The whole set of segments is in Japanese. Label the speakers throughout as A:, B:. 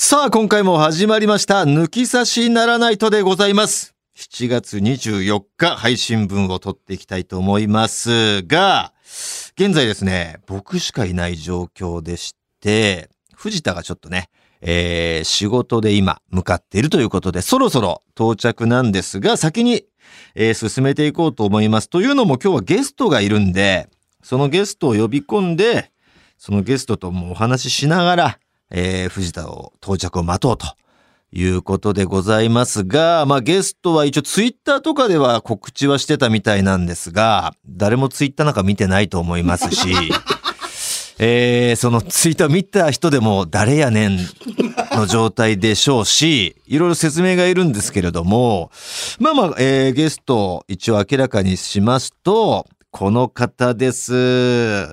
A: さあ今回も始まりました抜き差しならないとでございます。7月24日配信分を撮っていきたいと思いますが、現在ですね僕しかいない状況でして、藤田がちょっとね、仕事で今向かっているということで、そろそろ到着なんですが、先に、進めていこうと思います。というのも今日はゲストがいるんで、そのゲストを呼び込んで、そのゲストともお話ししながら、藤田を到着を待とうということでございますが、ゲストは一応ツイッターとかでは告知はしてたみたいなんですが、誰もツイッターなんか見てないと思いますし、そのツイートを見た人でも誰やねんの状態でしょうし、いろいろ説明がいるんですけれども、ゲストを一応明らかにしますと、この方です。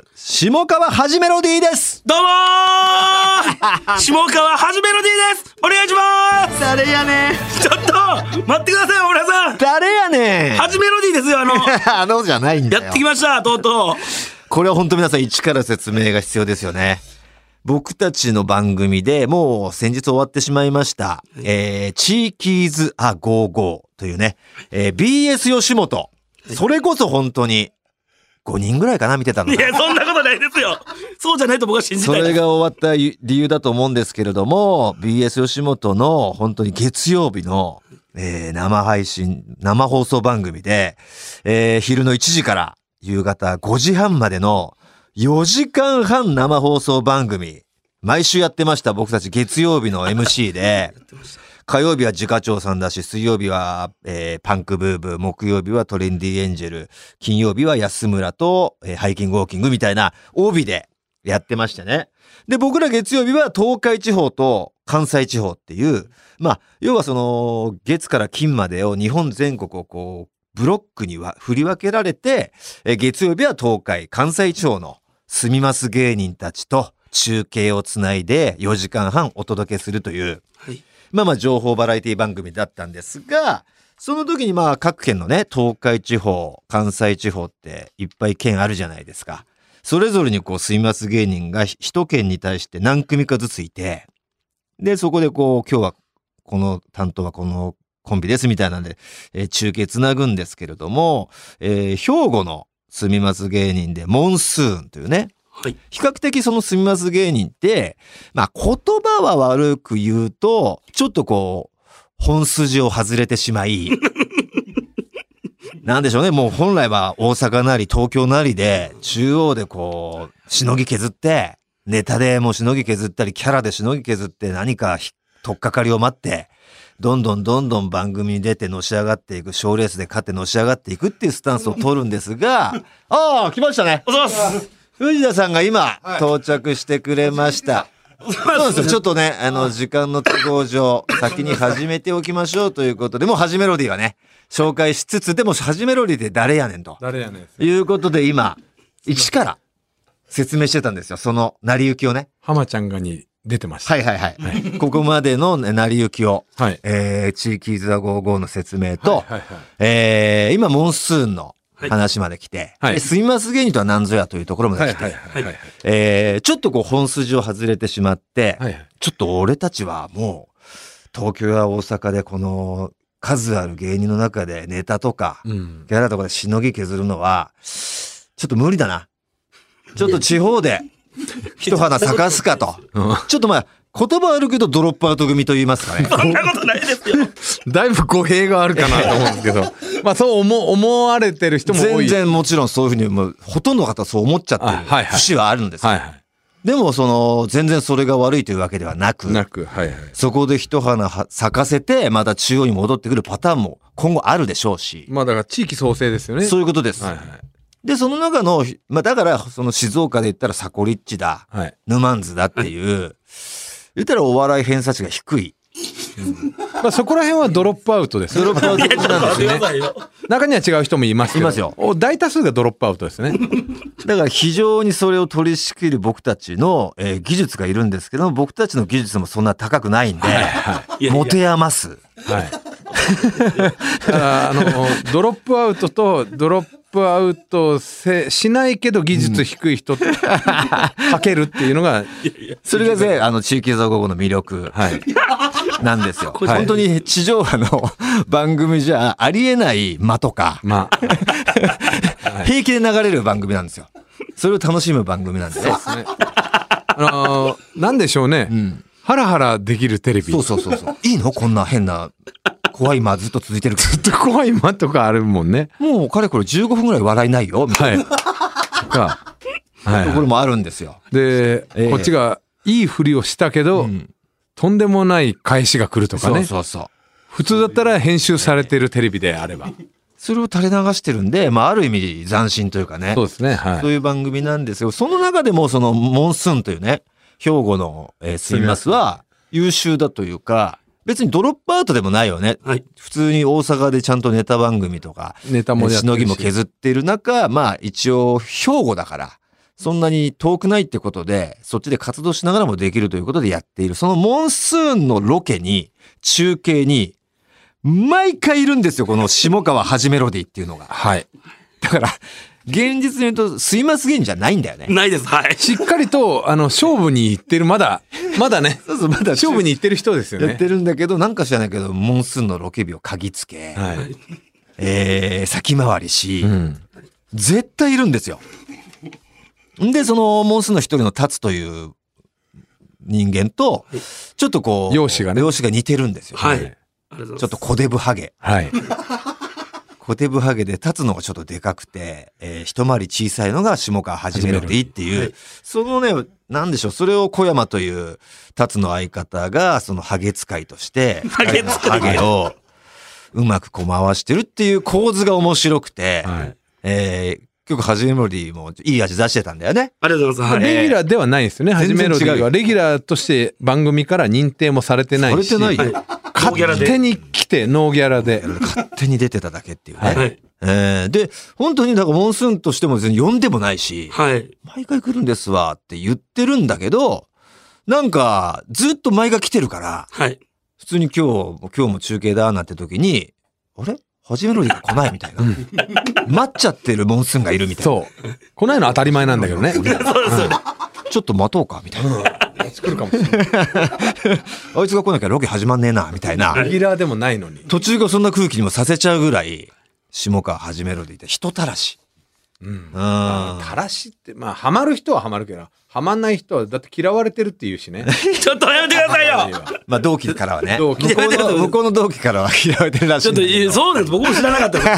A: 下川はじメロディーです。
B: どうもー下川はじメロディーです。お願いします。
A: 誰やねん。
B: ちょっと待ってください、小村さん。
A: 誰やねん。
B: はじメロディーですよ。
A: あのじゃないんだよ。
B: やってきました、とうとう。
A: これは本当皆さん一から説明が必要ですよね。僕たちの番組でもう先日終わってしまいました、チーキーズあ55というね、BS 吉本、それこそ本当に5人ぐらいかな見てたの。
B: いや、そんなことないですよ。そうじゃないと僕は信じたい。
A: それが終わった理由だと思うんですけれども、 BS 吉本の本当に月曜日の、生配信生放送番組で、昼の1時から夕方5時半までの4時間半生放送番組、毎週やってました。僕たち月曜日の MC で火曜日は自家長さんだし、水曜日は、パンクブーブー、木曜日はトレンディエンジェル、金曜日は安村と、ハイキングウォーキングみたいな帯でやってましたね。で、僕ら月曜日は東海地方と関西地方っていう、要はその月から金までを日本全国をこうブロックには振り分けられて、月曜日は東海関西地方の住みます芸人たちと中継をつないで4時間半お届けするという、はい、情報バラエティ番組だったんですが、その時に各県のね、東海地方関西地方っていっぱい県あるじゃないですか。それぞれにこう住みます芸人が一県に対して何組かずついて、でそこでこう今日はこの担当はこのコンビですみたいなんで、中継つなぐんですけれども、兵庫の住みます芸人でモンスーンというね、はい、比較的その住みます芸人って、言葉は悪く言うとちょっとこう本筋を外れてしまいなんでしょうね、もう本来は大阪なり東京なりで中央でこうしのぎ削って、ネタでもしのぎ削ったりキャラでしのぎ削って何か取っかかりを待ってどんどん番組に出てのし上がっていく、賞レースで勝ってのし上がっていくっていうスタンスを取るんですが来ましたね。
B: おはようございます。
A: 藤田さんが今、到着してくれました。そうなんですよ。ちょっとね、時間の都合上先に始めておきましょうということで、もうはじメロディーはね紹介しつつ、でもはじメロディーで誰やねんということで、今一から説明してたんですよ、その成り行きをね。
C: 浜ちゃんがに出てました。
A: はい、ここまでの成り行きを、チーキーズ・ザ・ゴーゴーの説明と、今モンスーンの話まで来て、すみます芸人とは何ぞやというところまで来て、ちょっとこう本筋を外れてしまって、ちょっと俺たちはもう東京や大阪でこの数ある芸人の中でネタとか、ギャラとかでしのぎ削るのはちょっと無理だな、ちょっと地方で一花咲かすかと、ちょっと言葉悪く言うとドロップアウト組と言いますかね。
B: そんなことないですよ。
C: だいぶ語弊があるかなと思うんですけどそう思われてる人も多い。
A: 全然もちろんそういうふうにもうほとんどの方はそう思っちゃってる節はあるんですよ。でも全然それが悪いというわけではなく、そこで一花咲かせてまた中央に戻ってくるパターンも今後あるでしょうし、
C: だから地域創生ですよね。
A: そういうことです。でその中の、だからその静岡で言ったらサコリッチだ、ヌマンズだっていう、言ったらお笑い偏差値が低い、
C: そこら辺はドロップアウトですね。
A: ドロップアウトなんですね。
C: 中には違う人もいますけど、
A: いますよ。
C: 大多数がドロップアウトですね。
A: だから非常にそれを取り仕切る僕たちの、技術がいるんですけど、僕たちの技術もそんな高くないんで、持て余す。
C: ドロップアウトとドロップアウトしないけど技術低い人とかけるっていうのが、
A: それがね、地域造語の魅力なんですよ。
C: はい
A: 本当に地上波の番組じゃありえない間とか、
C: まあ
A: 平気で流れる番組なんですよ。それを楽しむ番組なんでね。
C: なんでしょうね、ハラハラできるテレビ。
A: そうそうそうそう。いいのこんな変な怖い間ずっと続いてるけど。
C: ずっと怖い間とかあるもんね。
A: もうかれこれ15分ぐらい笑いないよみたいな
C: とか、はい
A: ところもあるんですよ。
C: で、こっちがいいふりをしたけど、とんでもない返しが来るとかね。
A: そうそうそう。
C: 普通だったら編集されてるテレビであれば。
A: それを垂れ流してるんで、ある意味斬新というかね。
C: そうですね。はい。
A: そういう番組なんですよ。その中でもそのモンスーンというね、兵庫のすみますは優秀だというか、別にドロップアウトでもないよね。
B: はい。
A: 普通に大阪でちゃんとネタ番組とか、
C: ネタもやってるし
A: しのぎも削っている中、一応兵庫だから、そんなに遠くないってことで、そっちで活動しながらもできるということでやっている。そのモンスーンのロケに、中継に、毎回いるんですよ、この下川はじメロディっていうのが。
C: はい。
A: だから、現実に言うと、すいます芸人じゃないんだよね。
B: ないです。はい。
C: しっかりと、勝負に行ってる、まだね。
A: そうそう、まだ
C: 勝負に行ってる人ですよね。
A: やってるんだけど、なんか知らないけど、モンスーンのロケ日を嗅ぎつけ、
C: はい。
A: 先回りし、
C: うん。
A: 絶対いるんですよ。んで、そのモンスーンの一人のタツという人間と、ちょっとこう、
C: 容姿がね
A: 容姿が似てるんですよ。
B: はい。
A: ちょっと小デブハゲ。
C: はい。
A: 小デブハゲで立つのがちょっとでかくて、一回り小さいのが下川はじメロディっていう、
B: はい、
A: そのね、なんでしょう、それを小山という立つの相方が、そのハゲ使いとして、
B: ハゲ使い
A: ハゲをうまくこう回してるっていう構図が面白くて、
C: はい。
A: 結構はじメロディもいい味出してたんだよね。
B: ありがとうございます。
C: レギュラーではないんですよね。はじメロディーは
A: 全然違う
C: レギュラーとして番組から認定もされてないし。
A: されてないよ。
C: 勝手に来てノーギャラで。
A: 勝手に出てただけっていうね。
B: はい。
A: で、本当にだからモンスーンとしても全然呼んでもないし、
B: はい。
A: 毎回来るんですわって言ってるんだけど、なんかずっと前が来てるから、
B: はい。
A: 普通に今日も中継だなんて時に、あれはじメロディが来ないみたいな。待っちゃってるモンスーンがいるみたいな。
C: そう。来ないの当たり前なんだけどね。
A: ちょっと待とうかみたいな。
C: 作るかもしれない。
A: あいつが来なきゃロケ始まんねえなみたいな。
C: レギュラーでもないのに。
A: 途中がそんな空気にもさせちゃうぐらい、下川はじメロディって人たらし。
C: たらしって、ハマる人はハマるけど、ハマんない人はだって嫌われてるって言うしね。
B: ちょっとやめてくださいよ。
A: 同期からはね。
C: 同期
A: 向こうの同期からは嫌われてるらしいんだけど。
B: ちょっと、そうなんです。僕も知らなかったです。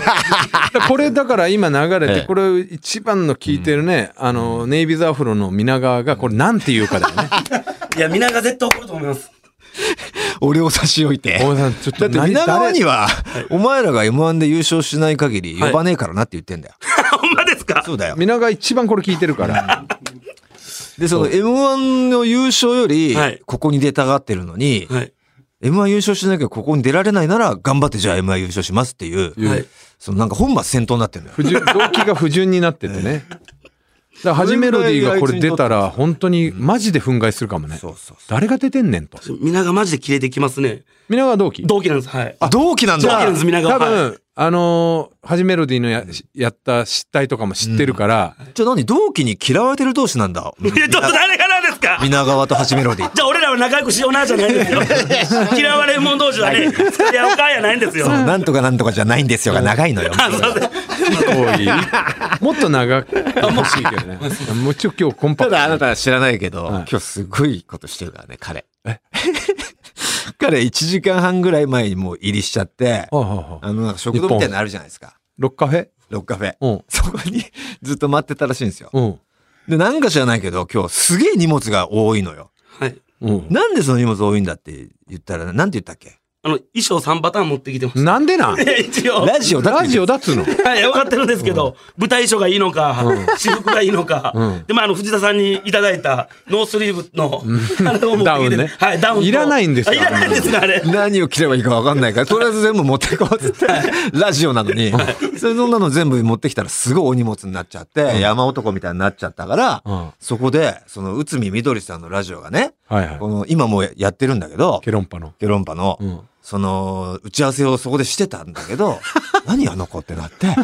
C: これだから今流れて、これ一番の聞いてるね、ネイビーズアフロの皆川がこれなんて言うかだよね。
B: いや、皆が絶対怒ると思います。
A: 俺を差し置いて。
C: 大さんちょっと
A: だって皆川には、お前らが M1 で優勝しない限り呼ばねえからなって言ってんだよ。
B: ほんまですか？
A: そうだよ。
C: 皆川一番これ聞いてるから。
A: で、その M1 の優勝より
B: はい、
A: ここに出たがってるのに、
B: はい。
A: M1 優勝しなきゃここに出られないなら、頑張ってじゃあ M1 優勝しますっていう、
B: はい。
A: そのなんか本末転倒になってるんだよ。
C: 動機が不純になっててね。だからはじメロディーがこれ出たら本当にマジで憤慨するかもね。
A: そうそうそう。
C: 誰が出てんねんと。
B: 皆がマジで切れてきますね。
C: 皆川同期。
B: 同期なんです。はい。
A: 同期なんだ。
B: 同期なんです、皆が。
C: 多分、はじメロディーのやった失態とかも知ってるから、
A: じゃあ何同期に嫌われてる同士なんだ。
B: いや、ちょっと誰がなんですか？
A: 皆川とはじメロディ。
B: じゃあ俺らは仲良くしようなじゃないんですよ。嫌われ者同士はね、付き合うかやないんですよ。
A: なんとかなんとかじゃないんですよが長いのよ。
C: 多い。もっと長く欲しいけどね。もうちょっと今日コンパクト。
A: ただあなたは知らないけど、
C: はい
A: 今日すごいことしてるからね、彼。彼1時間半ぐらい前にもう入りしちゃって、なんか食堂みたいなのあるじゃないですか。
C: ロッカフェ？
A: ロッカフェ。
C: うん。
A: そこにずっと待ってたらしいんですよ。
C: うん。
A: で、なんか知らないけど、今日すげえ荷物が多いのよ。
B: はい。
C: うん。
A: なんでその荷物多いんだって言ったら、なんて言ったっけ？
B: 衣装3パターン持ってきてます。
C: なんでなん？
B: 一応。
A: ラジオだって
C: ラジオだっつうの。
B: はい、分かってるんですけど、舞台衣装がいいのか、私服がいいのか、で、藤田さんにいただいたノースリーブの、あれを持ってきて、
C: ダウンね
B: はい、ダウンと。
C: いらないんですよ
B: いらないんですね、あれ。
A: 何を着ればいいか分かんないから、とりあえず全部持ってこうっつって、ラジオなのに、そんなの全部持ってきたらすごいお荷物になっちゃって、山男みたいになっちゃったから、そこで、その内海みどりさんのラジオがね、
C: はいはい。
A: この今もやってるんだけど、
C: ケロンパの。
A: ゲロンパの、
C: うん。
A: その、打ち合わせをそこでしてたんだけど、何あの子ってなって、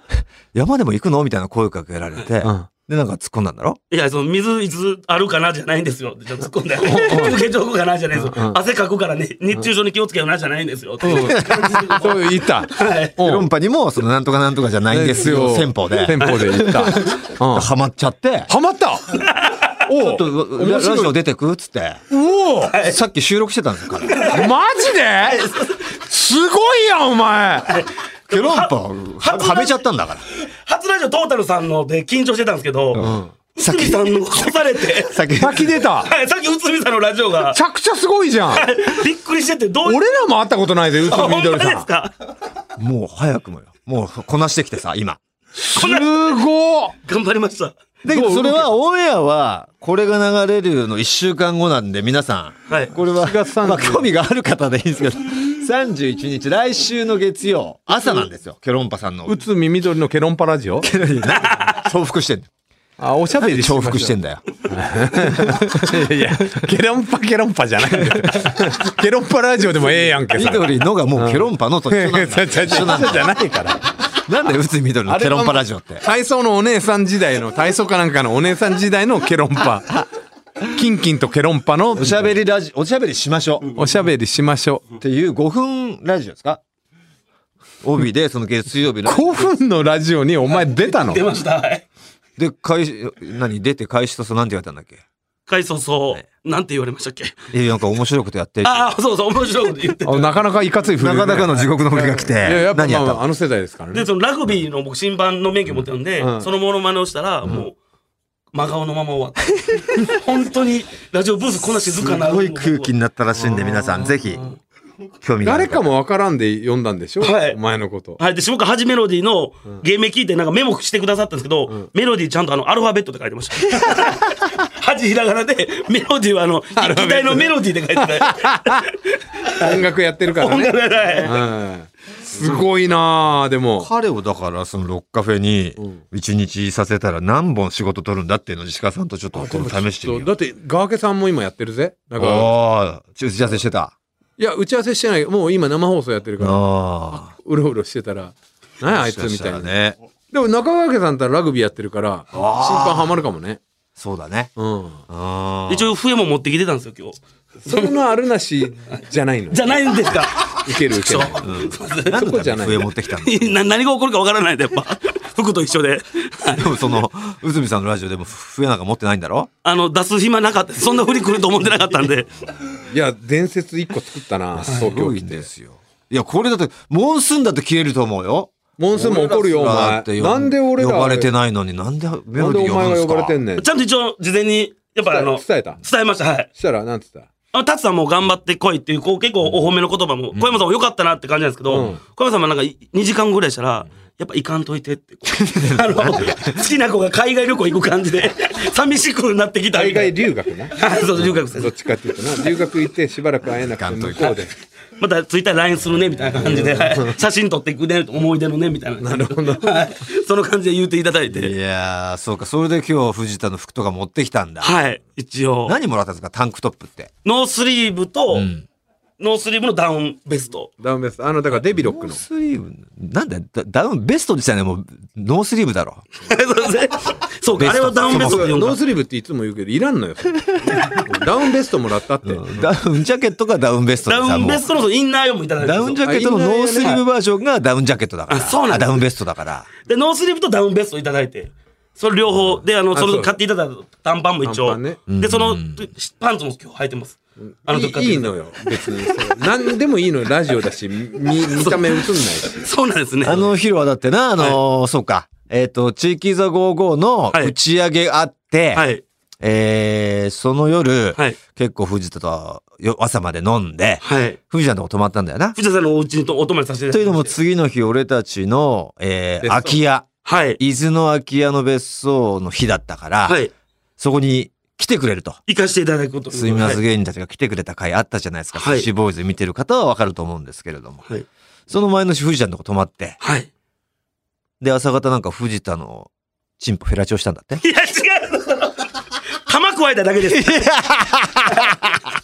A: 山でも行くのみたいな声をかけられて、
C: うん
A: で、なんか突っ込んだんだろ。
B: いや、その水いつあるかなじゃないんですよ。ちょっと突っ込んで。休憩所行くかなじゃないですよ。汗かくからね、熱中症に気をつけようなじゃないんですよ。
C: そう言った。
B: はい。
A: ケロンパにも、そのなんとかなんとかじゃないんですよ、戦法で。
C: 戦法で言った。うん
A: ハマっちゃって、
C: ハマったお
A: ちょっとラジオ出てくっつって、
C: おお
A: さっき収録してたんですよ、彼。
C: マジですごいやん、お前。
A: ケロンパはめちゃったんだから。
B: 初ラジオトータルさんので緊張してたんですけど、内海さんの越されて、
A: 先
C: 出た。
B: はい、さっき内海さんのラジオが
C: めちゃくちゃすごいじゃん。
B: びっくりしてて、どういう。
C: 俺らも会ったことないぜ、内海みどり
B: ほんまで
C: さん。
B: すか。
A: もう早くもよ。もうこなしてきてさ、今。
C: すごっ。
B: 頑張りました。
A: で、それはオンエアは、これが流れるの1週間後なんで、皆さん、
B: はい
A: これは、
C: 4月30
A: まあ、興味がある方でいいんですけど、31日、来週の月曜、朝なんですよ、ケロンパさんの。
C: 内海みどりのケロンパラジオ。
A: 重複してんの。
C: あ、おしゃべり
A: 重複してん
C: だ。
A: だよ。
C: いや、ケロンパじゃないんだよ。ケロンパラジオでもええやんけさ。
A: 緑のがもうケロンパのと一緒なんだ。
C: 一緒なんだじゃないから。
A: なんで内海緑のケロンパラジオって。
C: 体操のお姉さん時代の、体操かなんかのお姉さん時代のケロンパ。キンキンとケロンパの
A: おしゃべりラジオ、おしゃべりしましょう。
C: おしゃべりしましょう。
A: っていう5分ラジオですか？帯で、その月曜日の。
C: 5分のラジオにお前出たの？
B: 出ました。はい。
A: で、出て開始となんて言われたんだっけ？
B: 回想そうなんて言われましたっけ。
A: なんか面白いことやってる。
B: ああ、そうそう、面白いこと言ってた。
C: あ、なかなかいかつい振るね。
A: なかなかの地獄の振りが来て。
C: いや、やっぱ
A: 何やったの？
C: まああの世代ですからね
B: で、。そのラグビーの僕審判の免許持ってるんで、
C: うん
B: そのモノマネをしたら、もう、真顔のまま終わって。本当に、ラジオブースこんな静かな。
A: すごい空気になったらしいんで、皆さん、ぜひ、興味がある方。
C: 誰かもわからんで読んだんでしょ、
B: はい
C: お前のこと。
B: はい。で、僕、はじメロディーの芸名聞いてなんかメモしてくださったんですけど、メロディーちゃんとアルファベットで書いてました。はじひらがなで、メロディーは機体のメロディーで書いてた。
C: 音楽やってるからね。
B: 音楽がない。
C: はいすごいなあでも。
A: 彼をだから、そのロッカフェに、一日させたら何本仕事取るんだっていうのを石川さんとちょっとこれ試してみよう。
C: だって、ガーケさんも今やってるぜ。だから、
A: ああ、打ち合わせしてた。
C: いや、打ち合わせしてない。もう今生放送やってるから、
A: あ
C: うろうろしてたら、何やあいつみたいな。
A: ね。
C: でも中川家さんってラグビーやってるから、審判ハマるかもね。
A: そうだね。
C: うん。
A: あ
B: 一応、笛も持ってきてたんですよ、今日。
C: それのあるなしじゃないの。
B: じゃないんですか。
C: 受ける受けない。
A: あ。何のために笛持ってきたんだ。
B: 何が起こるかわからないんで、やっぱ。服と一緒で。
A: でもその、内海さんのラジオでも笛なんか持ってないんだろ？
B: 出す暇なかった。そんな振り来ると思ってなかったんで。
C: いや、伝説一個作ったな、東
A: すごい
C: 京来て。
A: んですよ。いや、これだって、モンスーンだって消えると思うよ。
C: モンスーンも怒るよ、お前。なんで俺ら。
A: 呼ばれてないのに、なんでメ
C: なんでお
A: ロディー呼ぶんですか？
C: 前が呼ばれてんねん。
B: ちゃんと一応、事前に、やっぱ
C: 伝えた。
B: 伝えました。はい。
C: したら、なんつった
B: タツさんも頑張ってこいっていう、結構お褒めの言葉も、小山さんも良かったなって感じなんですけど、小山さんもなんか2時間ぐらいしたら、やっぱ行かんといてって。好きな子が海外旅行行く感じで、寂しくなってきたみ
C: 海
B: たい
C: 外留学な。
B: な。そう、留学生
C: どっちかっていうとな、留学行ってしばらく会えなくて向こうで。
B: またツイッター LINE するねみたいな感じで、はい写真撮っていくね、思い出のねみたいな。なるほど。はい。その感じで言っていただい
A: い
B: て。
A: やー、そうか。それで今日藤田の服とか持ってきたんだ。
B: はい、一応。
A: 何もらったんですか？タンクトップって。
B: ノースリーブと、ノースリーブのダウンベスト。
C: ダウンベスト。だからデビロックの
A: ノー。スリーブ、なんだよダウンベスト自体ね、もう、ノースリーブだろ。
B: そうか、あれはダウンベストって呼んだ
C: ノー。スリーブっていつも言うけど、いらんのよ。ダウンベストもらったって。
A: ダウンジャケットがダウンベストでさ、
B: ダウンベストのインナー用もいただいて
A: ダウンジャケットのノースリーブバージョンがダウンジャケットだから。
B: あそうなんですね
A: ダウンベストだから。
B: で、ノースリーブとダウンベストいただいて、それ両方、で、そ
C: そう
B: れ買っていただいた短パンも一応。
C: 短パンね
B: で、その、パンツも今日履いてます。時買って
C: いいのよ、別に。何でもいいのよ、ラジオだし、見た目映んないし。
B: そうなんですね。
A: ヒロはだってな、そうか。地域座55の打ち上げあって、
B: はい。
A: その夜、
B: はい。
A: 結構藤田と朝まで飲んで、
B: はい。
A: 藤田のとこ泊まったんだよな。
B: 藤田さんのお家にお泊まりさせていた
A: というのも
B: だきまして。
A: 次の日俺たちの、
C: ト
A: 空き家、
B: はい。
A: 伊豆の空き家の別荘の日だったから、
B: はい。
A: そこに来てくれると。
B: 行かせていただくことに。
A: すみません
B: はい。
A: 芸人たちが来てくれた回あったじゃないですか。
B: はい
A: 寿司ボーイズ見てる方はわかると思うんですけれども。
B: はい。
A: その前の日藤田のとこ泊まって、
B: はい。
A: で、朝方なんか藤田のチンポフェラチオしたんだって。
B: いや、違う。玉加えただけです。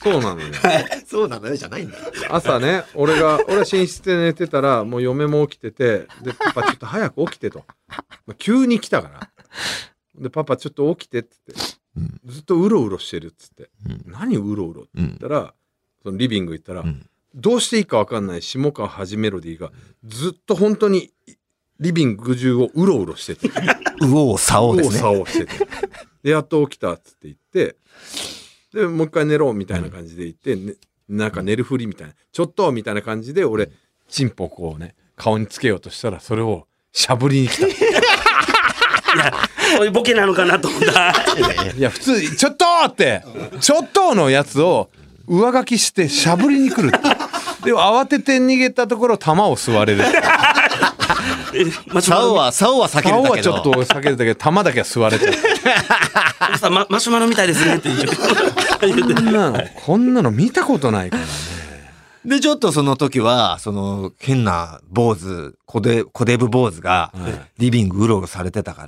C: そうなのよ。
A: そうなのよじゃないんだよ。
C: 朝ね、俺は寝室で寝てたら、もう嫁も起きてて、で、パパちょっと早く起きてと。急に来たから。で、パパちょっと起きてって言って、ずっとうろうろしてるっつって。何うろうろって言ったら、そのリビング行ったら、どうしていいか分かんない下川はじメロディーがずっと本当にリビング中をうろうろしてて
A: 右往左往ですね。
C: 右往左往しててでやっと起きたっつって言ってでもう一回寝ろみたいな感じで言って、ね、なんか寝るふりみたいなちょっとみたいな感じで俺チンポこうね顔につけようとしたらそれをしゃぶりに来た。
B: いやそういうボケなのかなと思った。
C: いや普通ちょっとってちょっとのやつを上書きしてしゃぶりに来る。で慌てて逃げたところ弾を吸われる。
A: 竿は避けるだけど。
C: 竿はちょっと避けるだけど弾だけは吸われてる。
B: マシュマロみたいですねって
C: こんなの見たことないからね。
A: でちょっとその時はその変な坊主小デブ坊主がリビングうろうろされてたから、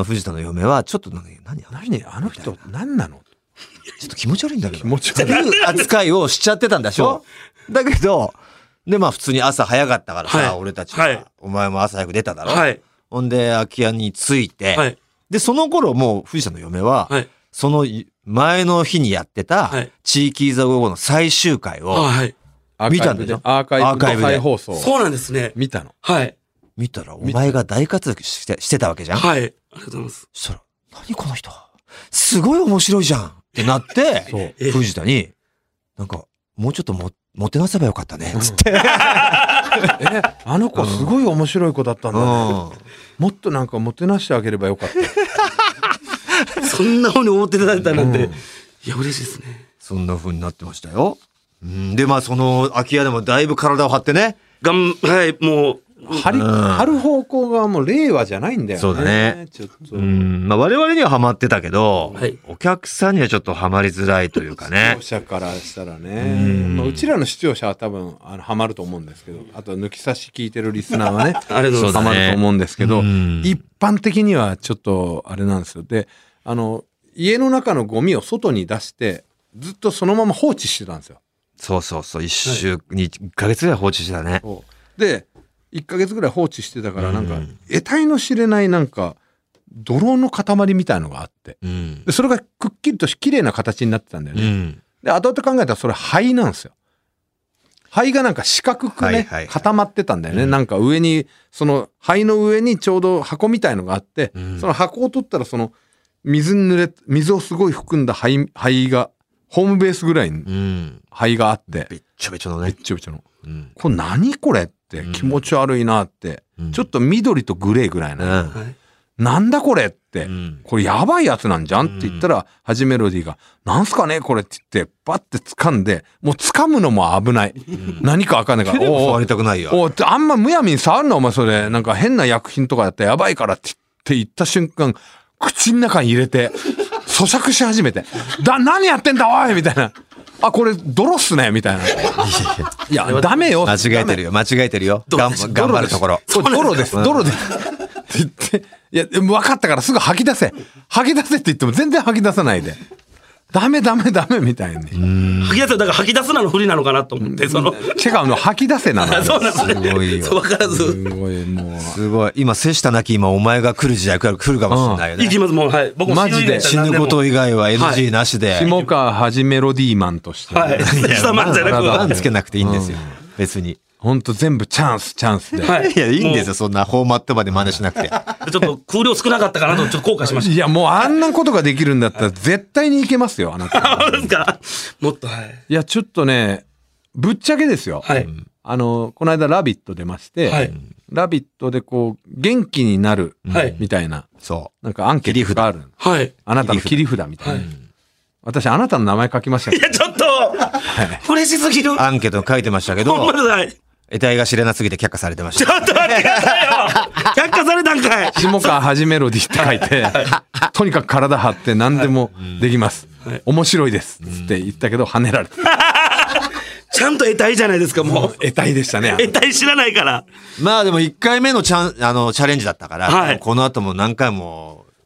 A: 藤田の嫁はちょっと何
C: あの人何なの
A: ちょっと気持ち悪いんだけど
C: 気持ち悪い
A: 扱いをしちゃってたんでしょ。だけどでまあ普通に朝早かったからさ、
B: はい、
A: 俺たちは、はい、お前も朝早く出ただろ、
B: はい、
A: ほんで空き家に着いて、はい、でその頃もう藤田の嫁は、はい、その前の日にやってた地域イザゴゴの最終回を見たんだよ。
C: アーカイブで再放送。
B: そうなんですね。
C: 見たの。
B: はい。
A: 見たらお前が大活躍してたわけじゃん。
B: はい。ありがとうございます。
A: そしたら何この人すごい面白いじゃんってなって藤田になんかもうちょっともてなせばよかったねつって、
C: あの子すごい面白い子だったんだね、もっとなんかもてなしてあげればよかった
B: そんな風に思っていただいたなんて、いや嬉しいですね。
A: そんな風になってましたよ。でまあその空き家でもだいぶ体を張ってね
B: はいもう
C: 張る方向がもう令和じゃないんだよね。
A: そうだね。
C: ちょっと
A: まあ我々にはハマってたけど、はい、お客さんにはちょっとハマりづらいというかね。
C: 視聴者からしたらね。うちらの視聴者は多分ハマると思うんですけど、あと抜き差し聞いてるリスナーはねハマると思うんですけど、一般的にはちょっとあれなんですよ。で家の中のゴミを外に出してずっとそのまま放置してたんですよ。
A: そう1ヶ月ぐらい放置してたね。
C: で1ヶ月ぐらい放置してたからなんか得体の知れないなんか泥の塊みたいのがあって、でそれがくっきりと綺麗な形になってたんだよね。で後々考えたらそれ灰なんですよ。灰がなんか四角くね固まってたんだよね。なんか上にその灰の上にちょうど箱みたいのがあって、その箱を取ったらその水をすごい含んだ灰がホームベースぐらいに灰があって
A: べっちょべちょのね。
C: べっちょべちょの、これ何これって気持ち悪いなって、ちょっと緑とグレーぐらいな、なんだこれって、これやばいやつなんじゃんって言ったら、はじメロディーがなんすかねこれって言ってバッて掴んで、もう掴むのも危ない、何かわかんないから
A: 触りたくないよ。
C: あんまむやみに触るのお前それなんか変な薬品とかやったらやばいからって言った瞬間口の中に入れて咀嚼し始めて何やってんだおいみたいな、あこれ泥っすねみたいな、いやダメよ、
A: 間違えてるよ頑張るところ
C: 泥ですって言って、いや分かったからすぐ吐き出せって言っても全然吐き出さないで、ダメみたいに
B: 吐き出せ、だから吐き出すなの不利なのかなと思って、その
C: 違うの吐き出せなの
B: そうなんですね。
A: すごいよ、
B: 分からず
A: すごい今瀬下なき今お前が来る時代来るかもしれないよね。
B: 行きますもう、はい、僕も
C: マジで
A: 死ぬこと以外は NG なしで、
C: 下川はじメロディーマンとして、
B: 下マンじゃなく
A: 番つけなくていいんですよ、別に。
C: ほんと全部チャンスで、
A: いやいいんですよ、そんなフォーマットまで真似しなくて。
B: ちょっと空量少なかったかなとちょっと後悔しました。
C: いやもうあんなことができるんだったら絶対にいけますよあなた。
B: そうですか。もっと
C: いやちょっとねぶっちゃけですよ、この間ラビット出まして、ラビットでこう元気になるみたいな、なんかアンケートがある、あなたの切り札みたいな、私あなたの名前書きましたけど、
B: いやちょっと嬉しすぎる。
A: アンケート書いてましたけど得体が知れなすぎて却下されてました。
B: ちょっと待ってくださいよ。却下されたんかい。
C: 下川はじメロディって書いて、とにかく体張って何でもできます、面白いですって言ったけど跳ねられた。
B: ちゃんと得体じゃないですか。もう
C: 得体でしたね。
B: 得体知らないから。
A: まあでも1回目のチャレンジだったから、この後も何回も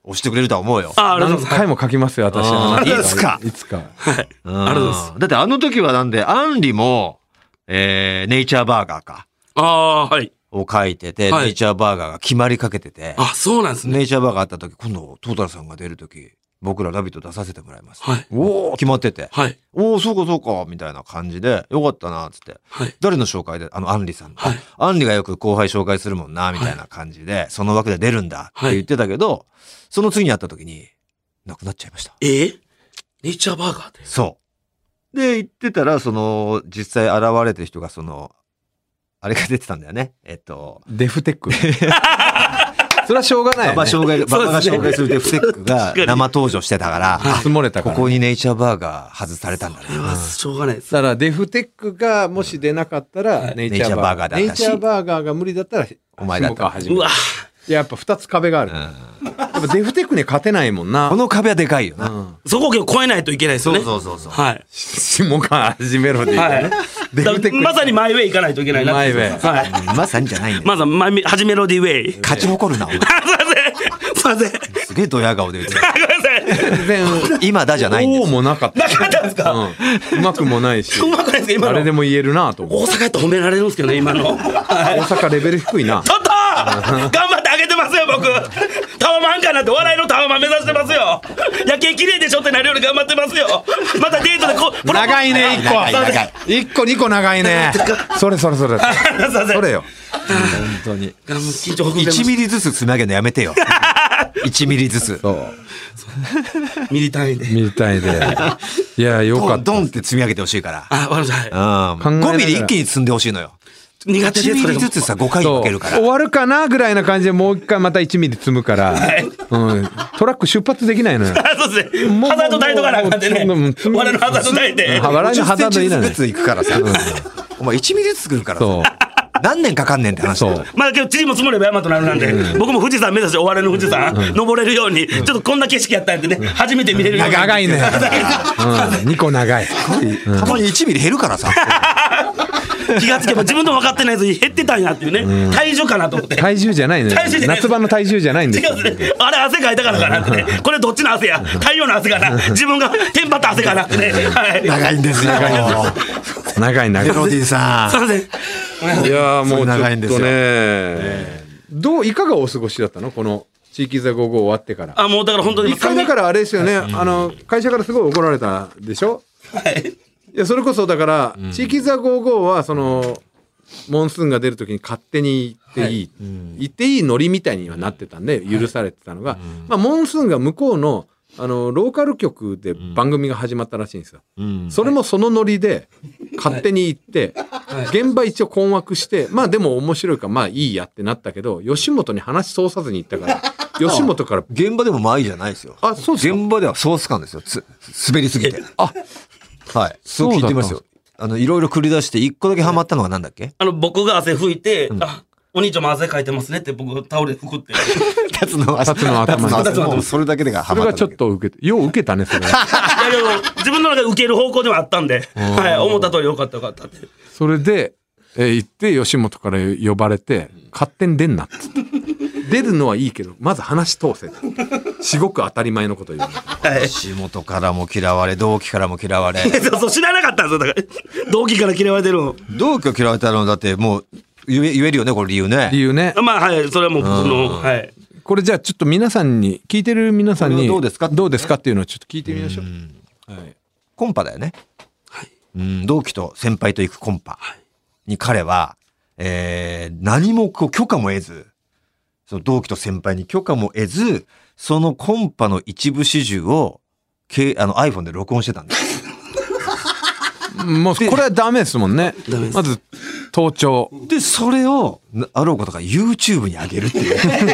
A: 押してくれるとは思うよ。
B: ありがとうございます。
C: 何回も書きますよ、私。
A: いつか。
C: いつか。
B: はい。ありがとうございます。
A: だってあの時はなんで、アンリも、ネイチャーバーガーか。
B: はい。
A: を書いてて、
B: はい
A: ネイチャーバーガーが決まりかけてて、
B: そうなんですね。
A: ネイチャーバーガーあった時、今度、トータルさんが出る時、僕らラビット出させてもらいます。
B: はい。
A: おお決まってて。
B: はい。
A: おおそうかそうか、みたいな感じで、よかったな、つって。
B: はい。
A: 誰の紹介で、アンリさん。
B: はい。
A: アンリがよく後輩紹介するもんな、みたいな感じで、その枠で出るんだって言ってたけど、その次に会った時に、亡くなっちゃいました。
B: ネイチャーバーガーで。
A: そう。で、言ってたら、実際現れてる人が、あれが出てたんだよね。
C: デフテック。それはしょうがないよね。
A: 馬場が紹介するデフテックが生登場してたから、
C: 積もれたから。
A: ここにネイチャーバーガー外されたんだね。
B: これはしょうがないです。
C: だからデフテックがもし出なかったら、ネイチャーバーガーだったし、ネイチャーバーガーが無理だったら、
A: お前だった。
B: うわ
C: やっぱ2つ壁がある。やっぱデフテックに勝てないもんな。
A: この壁はでかいよな。
B: そこを超えないといけないですよね。
A: そう。
B: はい。
C: 下から始めろでいいよね。デフテック。
B: まさにマイウェイ行かないといけないな。
C: マイウェイ。
B: はい。
A: まさにじゃないんだよ。
B: まずは始めろでウェイ。
A: 勝ち誇るな、お前。
B: すいません。
A: すげえドヤ顔で言って
B: ごめんなさい。
C: 全然、
A: 今だじゃないんです。
C: もなかった。
B: なかったんですか。
C: うまくもないし。
B: うまくないですか今の。
C: あれでも言えるなと思う。
B: 大阪やったら褒められるんですけどね今の。
C: 大阪レベル低いな。
B: ちょっと頑張ってあげてますよ僕。タワマンかなって笑いのタワマン目指してますよ。夜景綺麗でしょってなるように頑張ってますよ。またデートで
C: 長いね1個。1個2個長いね。それ。それよ。
A: 本当に。
B: 緊張ほぐれます
A: 1ミリずつ積み上げるのやめてよ。1ミリずつ。
B: ミリ単位で。
C: ミリ単位で。いや、よかった。
A: ドンって積み上げてほしいから。
B: わかりました。は
A: 5ミリ一気に積んでほしいのよ。
B: い。苦手です。
A: 1ミリずつさ、5回に分けるから。
C: 終わるかなぐらいな感じでもう一回また1ミリ積むから、トラック出発できないのよ。
B: そうですね。ハザード台とかなんかでね。我のハザード台で。
C: 笑いのハザードいらない。
A: ずつ行くからさ。お前1ミリずつ作るからさ。何年かかんねんって話。
B: まあけど塵も積もれば山となるなんで、僕も富士山目指してお笑いの富士山登れるように、ちょっとこんな景色やったんでね、初めて見れるように。
C: 長いね。2個長い。
A: たまに1ミリ減るからさ。
B: 気がつけば自分でも分かってないやつに減ってたんやっていうね。体重かなと思って。
C: 体重じゃないね。夏場の体重じゃないんですよ。
B: 違うんですね。あれ汗かいたからかなってね。これどっちの汗や。太陽の汗かな。自分がテンパった汗かなってね。はい。
A: 長いんですよ。
C: 長い。
A: メロディーさん。
B: すいません。
C: いやもうちょ
A: 長いんですよ
C: っとね。いかがお過ごしだったのこの地域座55終わってから。
B: もうだから本当に
C: 一回だからあれですよね。会社からすごい怒られたでしょ。
B: はい。
C: いやそれこそだから地域座55はモンスーンが出るときに勝手に言っていい、言っていいノリみたいにはなってたんで許されてたのが、まあモンスーンが向こうのローカル局で番組が始まったらしいんですよ。それもそのノリで勝手に言って、現場一応困惑して、まあでも面白いからまあいいやってなったけど、吉本に話通さずに行ったから、吉本から
A: 現場でもまあいいじゃないですよ。
C: あ、そうですか。
A: 現場ではソース感ですよ。滑りすぎて。はい。そう聞いてますよ。いろいろ繰り出して一個だけハマったのがなんだっけ？
B: 僕が汗拭いて、お兄ちゃんも汗かいてますねって僕タオルで拭くって。
A: タツの頭に。それだけでがハマった。
C: それがちょっと受けて、よう受けたね、それ。
B: いやけど、自分の中で受ける方向ではあったんで、はい、思った通りよかったって。
C: それで、行って吉本から呼ばれて、勝手に出んなって。出るのはいいけど、まず話通せ。すごく当たり前のこと言う。
A: 吉本からも嫌われ、同期からも嫌われ。
B: そう、知らなかったんですよ。だから、同期から嫌われてるの。
A: 同期が嫌われたのだってもう言えるよね、これ理由ね。
C: 理由ね。
B: まあ、はい、それはもう僕の、はい。
C: これじゃあちょっと皆さんに、聞いてる皆さんに、
A: どうですか
C: っていうのをちょっと聞いてみましょう。
A: はい。コンパだよね。
B: はい。
A: 同期と先輩と行くコンパに彼は、何も許可も得ず、その同期と先輩に許可も得ず、そのコンパの一部始終を、iPhone で録音してたんです。
C: もうこれはダメですもんね。まず盗聴
A: でそれをあろうことか YouTube に上げるっていう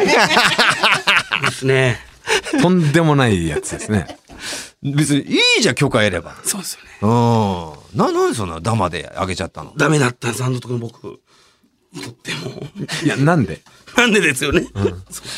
B: ですね。
C: とんでもないやつですね。
A: 別にいいじゃん許可得れば。
B: そうですよね。
A: なんでそんなダマで上げちゃったの？
B: ダメだったんです、僕とっても。
C: いやなんで
B: なんでですよね。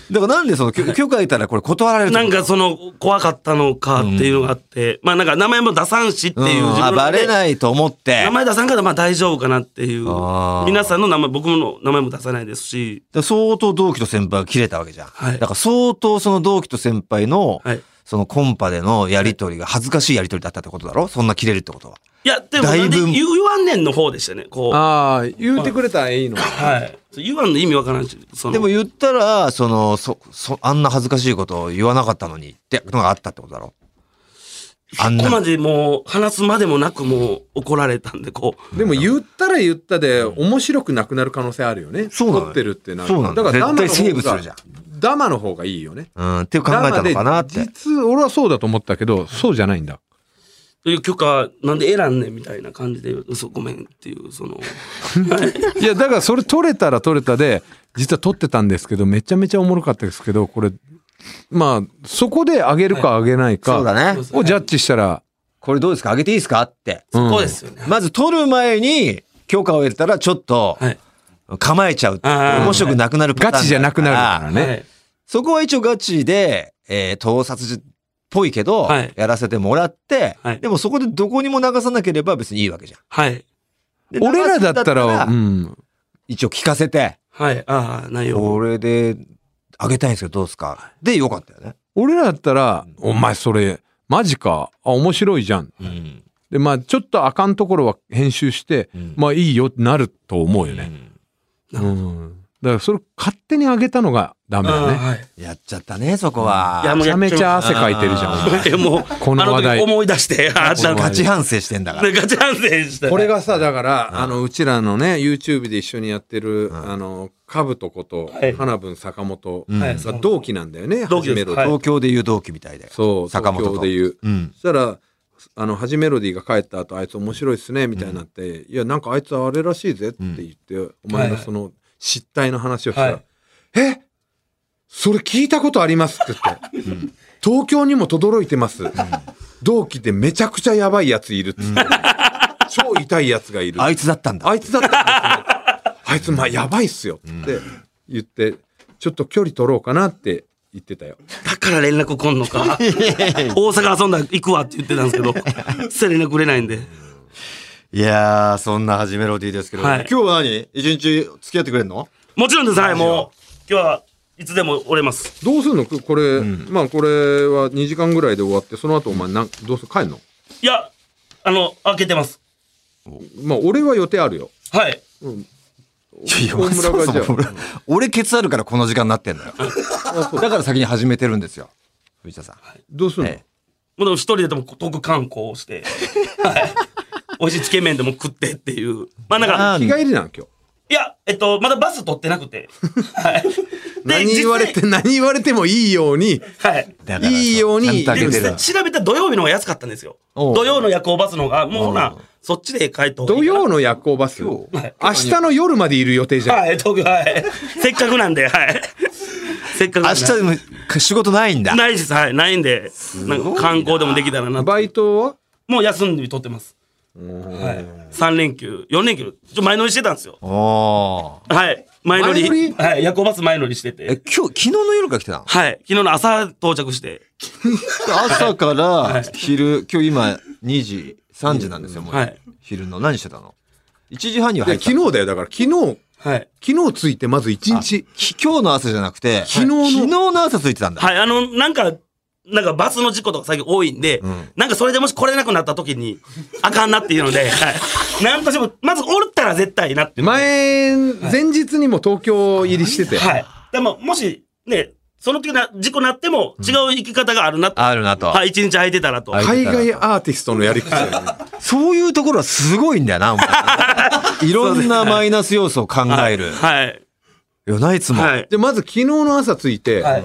A: だからなんでその許可得たらこれ断られる
B: なんかその怖かったのかっていうのがあって、まあなんか名前も出さんしっていう自分
A: バレないと思って
B: 名前出さんからまあ大丈夫かなっていう
A: あー
B: 皆さんの名前僕の名前も出さないですし、
A: 相当同期と先輩が切れたわけじゃん、
B: はい
A: だから相当その同期と先輩の、
B: はい、
A: そのコンパでのやり取りが恥ずかしいやり取りだったってことだろ、そんな切れるってことは。
B: いやでも
A: だいぶ
B: なんで言わんねんの方でしたねこう
C: ああ、言うてくれたらいいの。
B: はい言わんの意味わからんしその
A: でも言ったらあんな恥ずかしいことを言わなかったのにってのがあったってことだろ。あんな
B: ここまでもう話すまでもなくもう怒られたんでこう
C: でも言ったら言ったで面白くなくなる可能性あるよね。
A: そうなのよ
C: 撮ってるってなる。
A: そうなの
C: だからダマの
A: 絶対セーブす
C: 方
A: るじゃん
C: が、ダマの方がいいよね。
A: っていう考えたのかなって。
C: 俺はそうだと思ったけど、そうじゃないんだ。
B: という許可なんで選んねんみたいな感じで嘘ごめんっていうその
C: いや、だからそれ撮れたら撮れたで、実は撮ってたんですけど、めちゃめちゃおもろかったですけど、これ、まあ、そこで上げるか上げないか、
A: そうだね。
C: をジャッジしたら、
A: これどうですか、あげていいですかって。
C: うん
B: そうですよね
A: まず撮る前に許可を得たらちょっと
B: はい
A: 構えちゃうっていう。
B: あー
A: 面白くなくなるパターン
C: ガチじゃなくなるからね。
B: はい
A: そこは一応ガチで、盗撮っぽいけど、
B: はい
A: やらせてもらって、
B: はい
A: でもそこでどこにも流さなければ別にいいわけじゃん。
B: はい
A: で
C: 俺らだったら、
A: 流すんだ
C: うん。
A: 一応聞かせて、
B: はいああ内容
A: これであげたいんですけどどうですかでよかったよね。
C: 俺らだったら、お前それ、マジか。あ、面白いじゃん。
A: うん。
C: で、まあ、ちょっとあかんところは編集して、
A: うん
C: まあいいよってなると思うよね。うん。だからそれ勝手に上げたのがダメだね。
B: はい
A: やっちゃったね、そこは。
B: いやもう
C: めちゃめちゃ汗かいてるじゃん。お前
B: いやもう
C: この話題
B: あの時思い出してあった
A: ガチ反省してんだから。
B: ガチ反省した
C: これがさ、だから、うちらのね、YouTube で一緒にやってる、かぶとこと
B: はい、
C: 花分坂本
A: うん
B: はい
C: が同期なんだよね、
B: 同期です
C: はじめろ
B: はい
A: 東京でいう同期みたいで。
C: そう、
A: 坂本と
C: 東京で言う。
A: うん。
C: そしたら、はじメロディーが帰った後、あいつ面白いっすね、みたいになって、いや、なんかあいつあれらしいぜって言って、お前のその失態の話をしたら、
B: はい
C: それ聞いたことありますって言って、東京にも轟いてます。同期でめちゃくちゃやばいやついるっつって、超痛いやつがいる。
A: あいつだったんだ。
C: あいつだったんですね。あいつ、まあ、やばいっすよって言って、ちょっと距離取ろうかなって言ってたよ。
B: だから連絡来んのか大阪遊んだら行くわって言ってたんですけどそれ連絡くれないんで
A: いやー、そんなはじメロディーですけど、
B: はい
A: 今日は何一日付き合ってくれんの？
B: もちろんですはいもう今日はいつでもおれます
C: どうするのこれ、まあ、これは2時間ぐらいで終わって、その後お前どうする帰んの？
B: いや開けてます
C: まあ、俺は予定あるよ。
B: はい
A: いや
C: 大村がじゃあ
A: そもそも俺ケツあるからこの時間になってんだよ。だから先に始めてるんですよ。藤田さん。
C: どうするの？
A: え
B: もうでも一人ででも特観光をしてはい美味しいつけ麺でも食ってっていうまあなんか
C: 日帰りなん今日。
B: いやまだバス取ってなくてはいで
C: 何言われて、何言われてもいいように、
B: はい
A: だから
C: いいように
A: ちゃんと開けてる
B: 調べたら土曜日の方が安かったんですよ
A: おう
B: 土曜の夜行バスの方がもうなそっちで帰った方がいいかな
C: 土曜の夜行バス、明
B: はい
C: 日の夜までいる予定じゃん。
B: はい東京はいせっかくなんではいせっかくなんで
A: 明日でも仕事ないんだ。
B: ないですはいないんでなんか観光でもできたらな
C: バイトは
B: もう休んで取ってますはい3連休4連休前乗りしてたんですよ
A: おー。
B: はい前乗り
C: 前乗り
B: はい夜行バス前乗りしてて
A: 昨日の夜から来てたの？
B: はい昨日の朝到着して
A: 朝から昼、今日今2時、3時なんですよ、もう。
B: はい
A: 昼の何してたの？ 1 時半には入った。
C: 昨日だよ。だから昨日
B: はい
C: 着いてまず1日。
A: 今日の朝じゃなくて、
C: 昨日の
A: 昨日の朝ついてたんだ。
B: はいなんかバスの事故とか最近多いんで、なんかそれでもし来れなくなった時にあかんなっていうので、はい、なんとしてもまずおったら絶対なって
C: 前日にも東京入りしてて。
B: はいでももしねその時な事故なっても違う生き方があるなって、
A: あるなと。
B: はい一日空いてたらと、
A: はい
C: 海外アーティストのやり口だよね。
A: そういうところはすごいんだよな、お前いろんなマイナス要素を考える。
B: はい
A: よな、いつも。
B: はい
C: で、まず昨日の朝着いて、
B: はい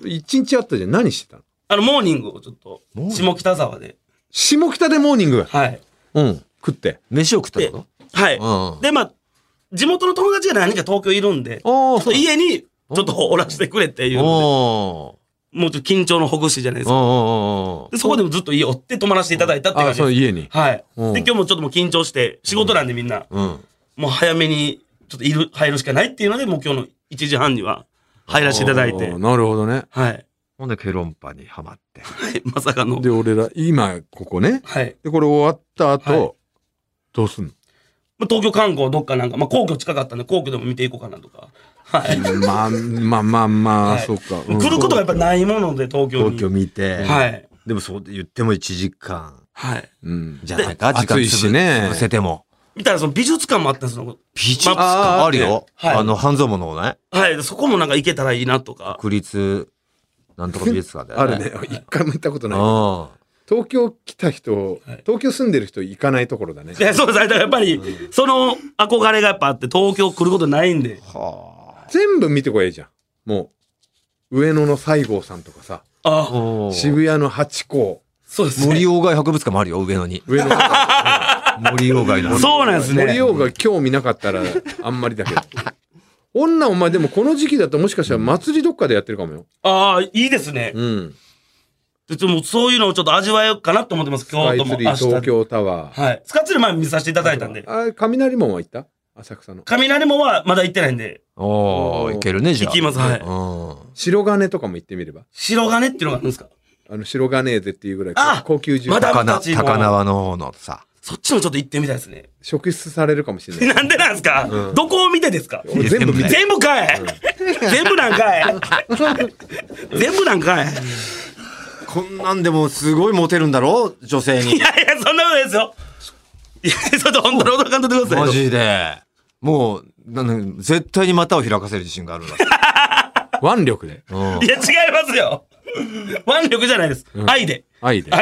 C: 1日あったじゃん。何してたの？
B: モーニングをちょっと下北沢で
C: 下北でモーニング。
B: はい
C: うん。食って。
A: 飯を食ったってこ
B: はい、
A: うん
B: でまあ地元の友達が何人か東京いるんで
C: ああ、
B: そう家にちょっとおらしてくれっていう
A: と？
B: の
A: お
B: でもうちょっと緊張のほぐしじゃないですか
A: お
B: でそこでもずっと家おって泊まらせていただいたって感
C: あ、
B: じです。
C: その家に。
B: はい。
C: うん
B: で、今日もちょっともう緊張して、仕事なんでみんな、
A: うん。
B: もう早めに、ちょっと入るしかないっていうので、もう今日の1時半には入らせていただいて。
C: なるほどね。
B: はい。
A: ほんでケロンパにハマって。
B: はい、まさかの。
C: で、俺ら、今、ここね。
B: はい。
C: で、これ終わった後、どうすんの？
B: 東京観光どっかなんか、皇居近かったんで、皇居でも見ていこうかなとか。はい。
C: まあ、そうか。
B: 来ることがやっぱないもので、東京に。
A: 東京見て。
B: はい。
A: でもそう言っても1時間。
B: はい。
A: じゃないか、時間潰せても。
B: 見たらその美術館もあったんですよ。
A: 美術館あるよ。半蔵門のね。
B: はい。そこもなんか行けたらいいなとか。
A: 国立、なんとか美術館だよね。
C: あるね。一回も行ったことない。東京来た人、東京住んでる人行かないところだね。
B: そうです。だからやっぱり、その憧れがやっぱあって、東京来ることないんで。
C: 全部見てこいいじゃん。もう、上野の西郷さんとかさ。渋谷のハチ公。
B: そうですね。
A: 森鴎外博物館もあるよ、上野に。森鴎外の。
B: そうなんですね。
C: 森鴎外興味なかったら、あんまりだけど。女お前でもこの時期だともしかしたら祭りどっかでやってるかもよ。
B: ああ、いいですね。でもそういうのをちょっと味わえようかなと思ってます。
C: 今日とも。スカイツリー、東京タワー。
B: はい。スカイツリー前見させていただいたんで。
C: 雷門は行った？浅草の。
B: 雷門はまだ行ってないんで。
A: 行けるね、じゃあ。
B: 行きます、はい。
C: 白金とかも行ってみれば。
B: 白金っていうのがあるんですか？
C: 白金ぜっていうぐらい高級住
A: 宅。高輪の方のさ。
B: そっちもちょっと行ってみたいですね。
C: 職質されるかもしれない。
B: なんでなんですか？どこを見てですか？
C: 全部見て。
B: 全部かい！全部なんかい！全部なんかい！
A: こんなんでもすごいモテるんだろ女性に。
B: いやいや、そんなことですよ。いや、ちょっと本当に驚かんといてください。
A: マジで。もう、絶対に股を開かせる自信があるんだ。
C: 腕力で。
B: いや、違いますよ。腕力じゃないです。愛で。
C: 愛で。
B: はい。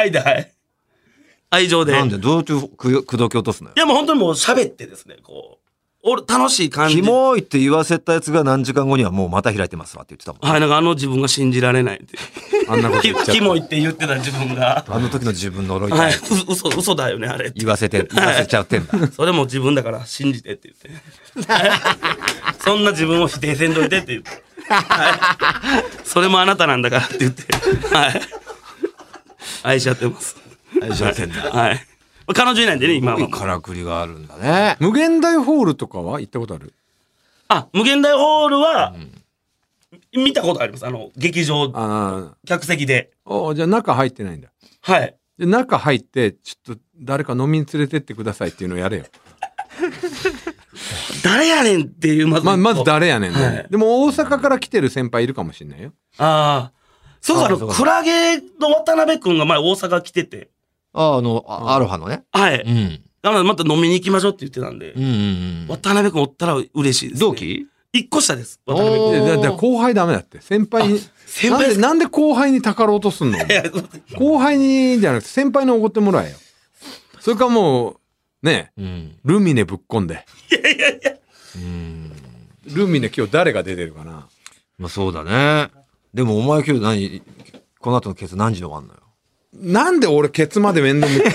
B: 愛情で。
A: なんで、どうやって口説き落とすのよ。
B: いや、もう本当にもう喋ってですね、こう。楽しい感じ。
A: キモいって言わせたやつが何時間後にはもうまた開いてますわって言ってたもん。
B: はい、なんか自分が信じられないって。
C: あんなこと言っちゃった。
B: キモいって言ってた自分が。
A: あの時の自分呪い。
B: はい、嘘だよね、あれ。
A: 言わせちゃってんだ。
B: それも自分だから信じてって言って。そんな自分を否定せんといてって言って。はい、それもあなたなんだからって言って。はい。愛し合ってます。
A: 愛し合ってんだ。
B: はい。彼女いないんでね、今は。
A: からくりがあるんだね。
C: 無限大ホールとかは行ったことある？
B: 無限大ホールは、見たことあります。劇場、客席で。
C: じゃあ中入ってないんだ。
B: はい。
C: で、中入って、ちょっと誰か飲みに連れてってくださいっていうのをやれよ。
B: 誰やねんっていう、
C: まず誰やねんね。はい、でも大阪から来てる先輩いるかもしれないよ。
B: そうクラゲの渡辺くんが前大阪来てて。
A: アロハのね。
B: はい。だからまた飲みに行きましょうって言ってたんで。渡辺くんおったら嬉しいです、ね。
A: 同期
B: ？1個下です。渡辺くん。
C: だ後輩ダメだって。先輩に。なんで後輩にたかろうとすんの？後輩にじゃなくて先輩におごってもらえよ。それかもう、ね、ルミネぶっこんで。
B: いや。
C: ルミネ今日誰が出てるかな？
A: まあそうだね。でもお前今日この後のケツ何時に終わんのよ。
C: なんで俺ケツまで面倒見て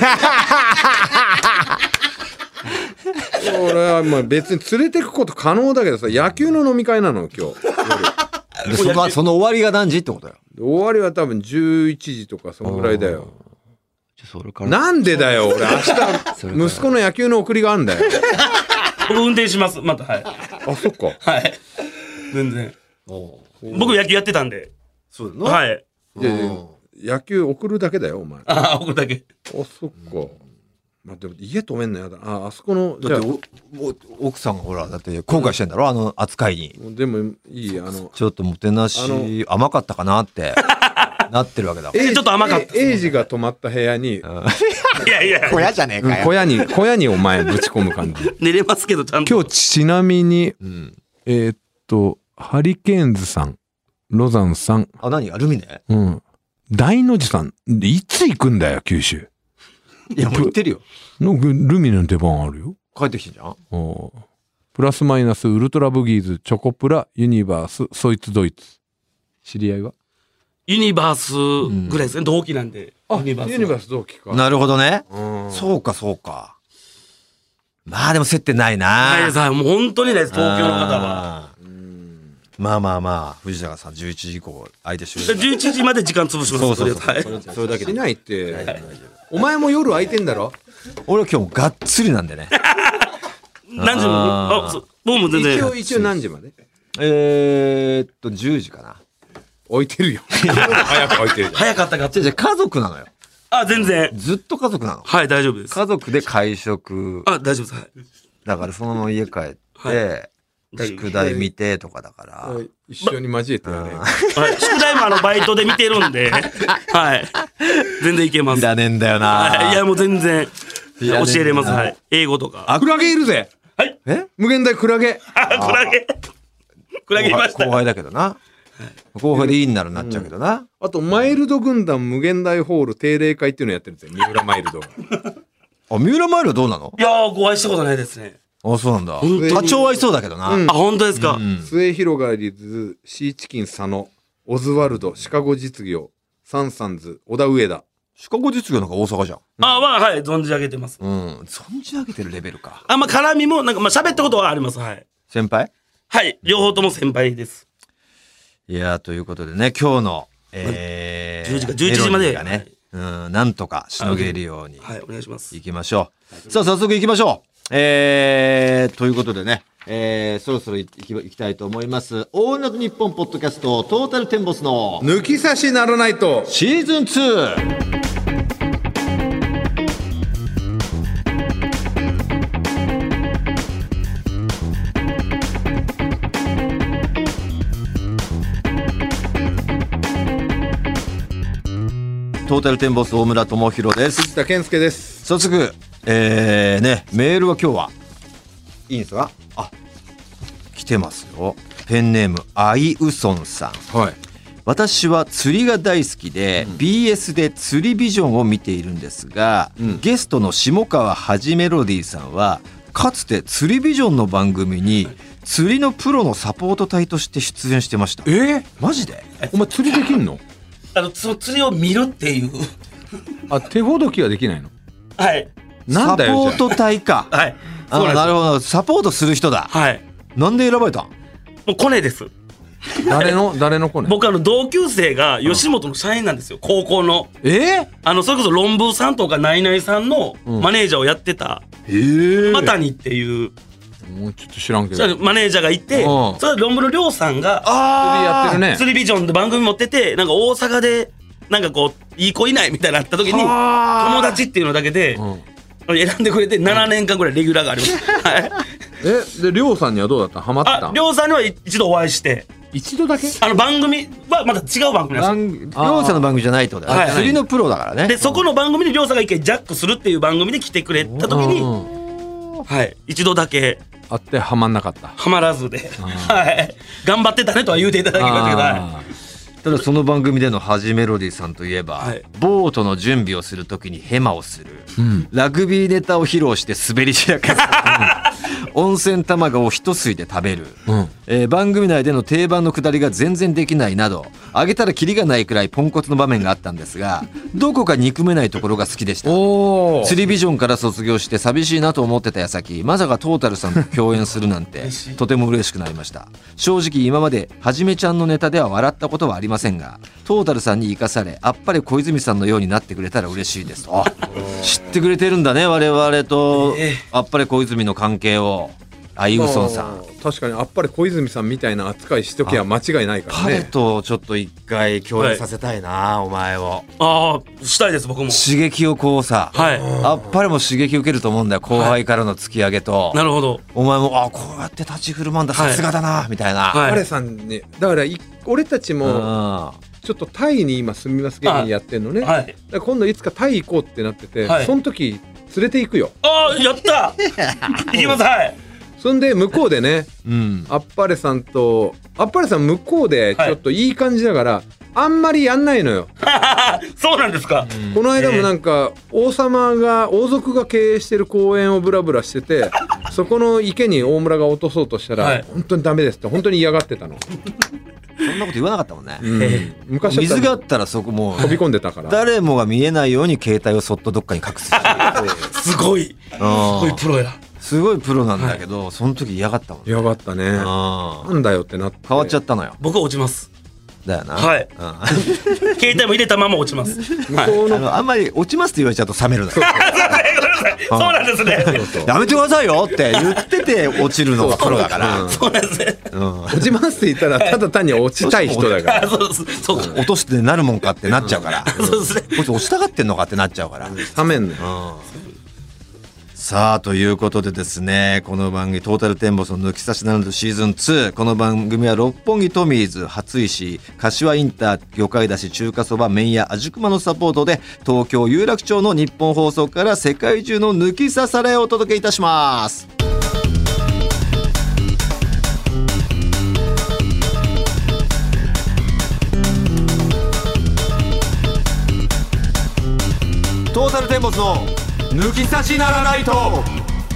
C: 俺はまあ別に連れてくこと可能だけどさ、野球の飲み会なの今
A: 日。その終わりが何時ってことよ。
C: 終わりは多分11時とかそのぐらいだよ。
A: それから
C: なんでだよ俺明日息子の野球の送りがあるんだよ。
B: 僕運転しますまた。はい。
C: そっか。
B: はい。全然。僕野球やってたんで。
A: そうだ
B: な。はい。
C: 野球送るだけだよお前。
B: 送るだけ。
C: そっか。まあでも家止めんのやだ。あそこの
A: だって奥さんがほらだって後悔してんだろ扱いに。
C: でもいい
A: ちょっともてなし甘かったかなってなってるわけだ。
B: ちょっと甘かった。
C: エイジが泊まった部屋に。い
B: や
A: 小屋じゃねえかよ。
C: 小屋にお前ぶち込む感じ。
B: 寝れますけどちゃんと。
C: 今日ちなみにハリケーンズさん、ロザンさん。
A: 何ルミネ？
C: 大の字さん。いつ行くんだよ九州。
A: いやもう行ってるよ。
C: ルミネの出番あるよ。
A: 帰ってきてんじゃん。
C: プラスマイナスウルトラブギーズチョコプラユニバースそいつドイツ。知り合いは？
B: ユニバースぐらいですね。同期なんで。
C: ユニバース同期か。
A: なるほどね。そうか。まあでも接点ないな。
B: ないです。もう本当にないです。東京の方は。
A: まあ藤坂さん11時以降相手してる。
B: 11時まで時間潰します。
A: それだけ
C: しないって。お前も夜空いてんだろ。
A: 俺は今日がっつりなんでね。
B: 何時も僕も全然
C: 一応何時まで
A: 10時かな。
C: 置いてるよ。早く置いてるじゃん。
B: 早かったか
A: じゃ家族なのよ。
B: あ、全然。
A: ずっと家族なの。
B: はい、大丈夫です。
A: 家族で会食。
B: あ、大丈夫です。はい。
A: だからそのまま家帰って、
B: はい
A: 宿題見てとかだから。
C: 一緒に交えてやね。
B: はい、宿題もバイトで見てるんで、はい。全然いけます。
A: いらねえんだよな。
B: はい、いや、もう全然教えれます。はい。英語とか。
C: クラゲいるぜ。
B: はい。
C: 無限大クラゲ。
B: クラゲ。クラゲいました。
A: 後輩だけどな。後輩でいいになっちゃうけどな。
C: あと、マイルド軍団無限大ホール定例会っていうのやってるんですよ。三浦マイルドが。
A: あ、三浦マイルドどうなの？
B: いやー、ご愛したことないですね。
A: あ、そうなんだ。多少はいそうだけどな。
C: うん
B: あ、本当ですか。
C: 末広がりず、シーチキン佐野、オズワルド、シカゴ実業、サンサンズ、小田上田。
A: シカゴ実業なんか大阪じゃん。
B: あ、まあ、はい、存じ上げてます。
A: 存じ上げてるレベルか。
B: あ、まあ、絡みも、喋ったことはあります。はい。
A: 先輩？
B: はい、両方とも先輩です。
A: いやー、ということでね、今日の、
B: 11時まで。
A: がね、なんとかしのげるように。
B: はい、お願いします。
A: 行きましょう。さあ、早速行きましょう。ということでね、そろそろ行きたいと思います。オールナイトニッポンポッドキャスト、トータルテンボスの
C: 抜き差しならないと。
A: シーズン 2。トータルテンボス大村智弘です。
C: 藤田健介です。
A: 早速、メールは今日はいいんですか？あ、来てますよ。ペンネームアイウソンさん。
C: はい。
A: 私は釣りが大好きで、BS で釣りビジョンを見ているんですが、ゲストの下川はじメロディーさんはかつて釣りビジョンの番組に釣りのプロのサポート隊として出演してました。マジで？
C: お前釣りできんの？
B: その釣りを見るっていう。
C: あ、手ほどきはできないの？
B: はい。
C: なんだよ。
A: サポート隊か。
B: はい。
A: なるほど。サポートする人だ。
B: はい。
A: なんで選ばれたん？
B: もうコネです。
C: 誰の子ね。
B: 僕同級生が吉本の社員なんですよ、高校の。それこそ論文さんとかナイナイさんのマネージャーをやってたマタニっていう、
C: もうちょっと知らんけど、
B: マネージャーがいて、それ論文のりょうさんが
C: 釣りやってるね。
B: 釣りビジョンで番組持ってて、なんか大阪でなんかこういい子いないみたいになった時に友達っていうのだけで選んでくれて7年間ぐらいレギュラーがあります。はい。
C: でりょうさんにはどうだった？ハマった？
B: りょうさんには一度お会いして。
C: 一度だけ？
B: 番組はまた違う番組なんですよ。
A: りょうさんの番組じゃないってことだ。釣りのプロだからね。
B: でそこの番組にりょうさんが一回ジャックするっていう番組で来てくれた時に、はい、一度だけ
C: あってハマんなかった。
B: ハマらずで、はい、頑張ってたねとは言うていただきましたけど、はい、
A: ただその番組でのはじメロディさんといえば、はい、ボートの準備をするときにヘマをする、ラグビーネタを披露して滑り散らかす、温泉卵を一吸いで食べる、番組内での定番のくだりが全然できないなど、あげたらキリがないくらいポンコツの場面があったんですが、どこか憎めないところが好きでした。釣りビジョンから卒業して寂しいなと思ってた矢先、まさかトータルさんと共演するなんてとても嬉しくなりました。正直今まではじめちゃんのネタでは笑ったことはありませんが、トータルさんに生かされあっぱれ小泉さんのようになってくれたら嬉しいです。あ、知ってくれてるんだね、我々とあっぱれ小泉の関係を。アイウソンさん、
C: 確かにあっぱれ小泉さんみたいな扱いしときは間違いないからね。
A: 彼とちょっと一回共演させたいな、お前を。
B: ああ、したいです。僕も
A: 刺激をこうさ、あっぱれも刺激受けると思うんだよ、後輩からの突き上げと。
B: なるほど。
A: お前もこうやって立ち振る舞うんだ、さすがだなみたいな。
C: あっぱれさんね、だから俺たちもちょっとタイに今住みます芸人やってんのね。だから今度いつかタイ行こうってなってて、その時連れて行くよ。
B: ああ、やった行きます。はい。
C: そんで向こうでね、あっぱれさんとあっぱれさん向こうでちょっといい感じだから、あんまりやんないのよ。
B: そうなんですか。
C: この間もなんか王族が経営してる公園をブラブラしてて、そこの池に大村が落とそうとしたら、本当にダメですって本当に嫌がってたの。
A: そんなこと言わなかったもんね。
C: 昔
A: 水があったらそこもう
C: 飛び込んでたから、
A: 誰もが見えないように携帯をそっとどっかに隠す。
B: すごいプロや。
A: すごいプロなんだけど、その時嫌がったもん。
C: 嫌がったね。なんだよってなって
A: 変わっちゃったのよ。
B: 僕は落ちます。
A: だよな。
B: はい携帯も入れたまま落ちます
C: 向こうの
A: あんまり落ちますって言われちゃうと冷めるのよ。
B: そうなんですね
A: やめてくださいよって言ってて落ちるのがプロだから。
B: そうなんですね
C: 落ちますって言ったらただ単に落ちたい人だから
B: そうですそうか
A: 落としてなるもんかってなっちゃうから。
B: そうですね
A: こいつ落ちたがってんのかってなっちゃうから。
C: 冷めんのよ。
A: さあということでですね、この番組トータルテンボスの抜き差しならぬシーズン2、この番組は六本木トミーズ、初石、柏インター、魚介だし、中華そば、麺屋、味熊のサポートで東京有楽町の日本放送から世界中の抜き差されをお届けいたします。トータルテンボスの抜き差しならないと。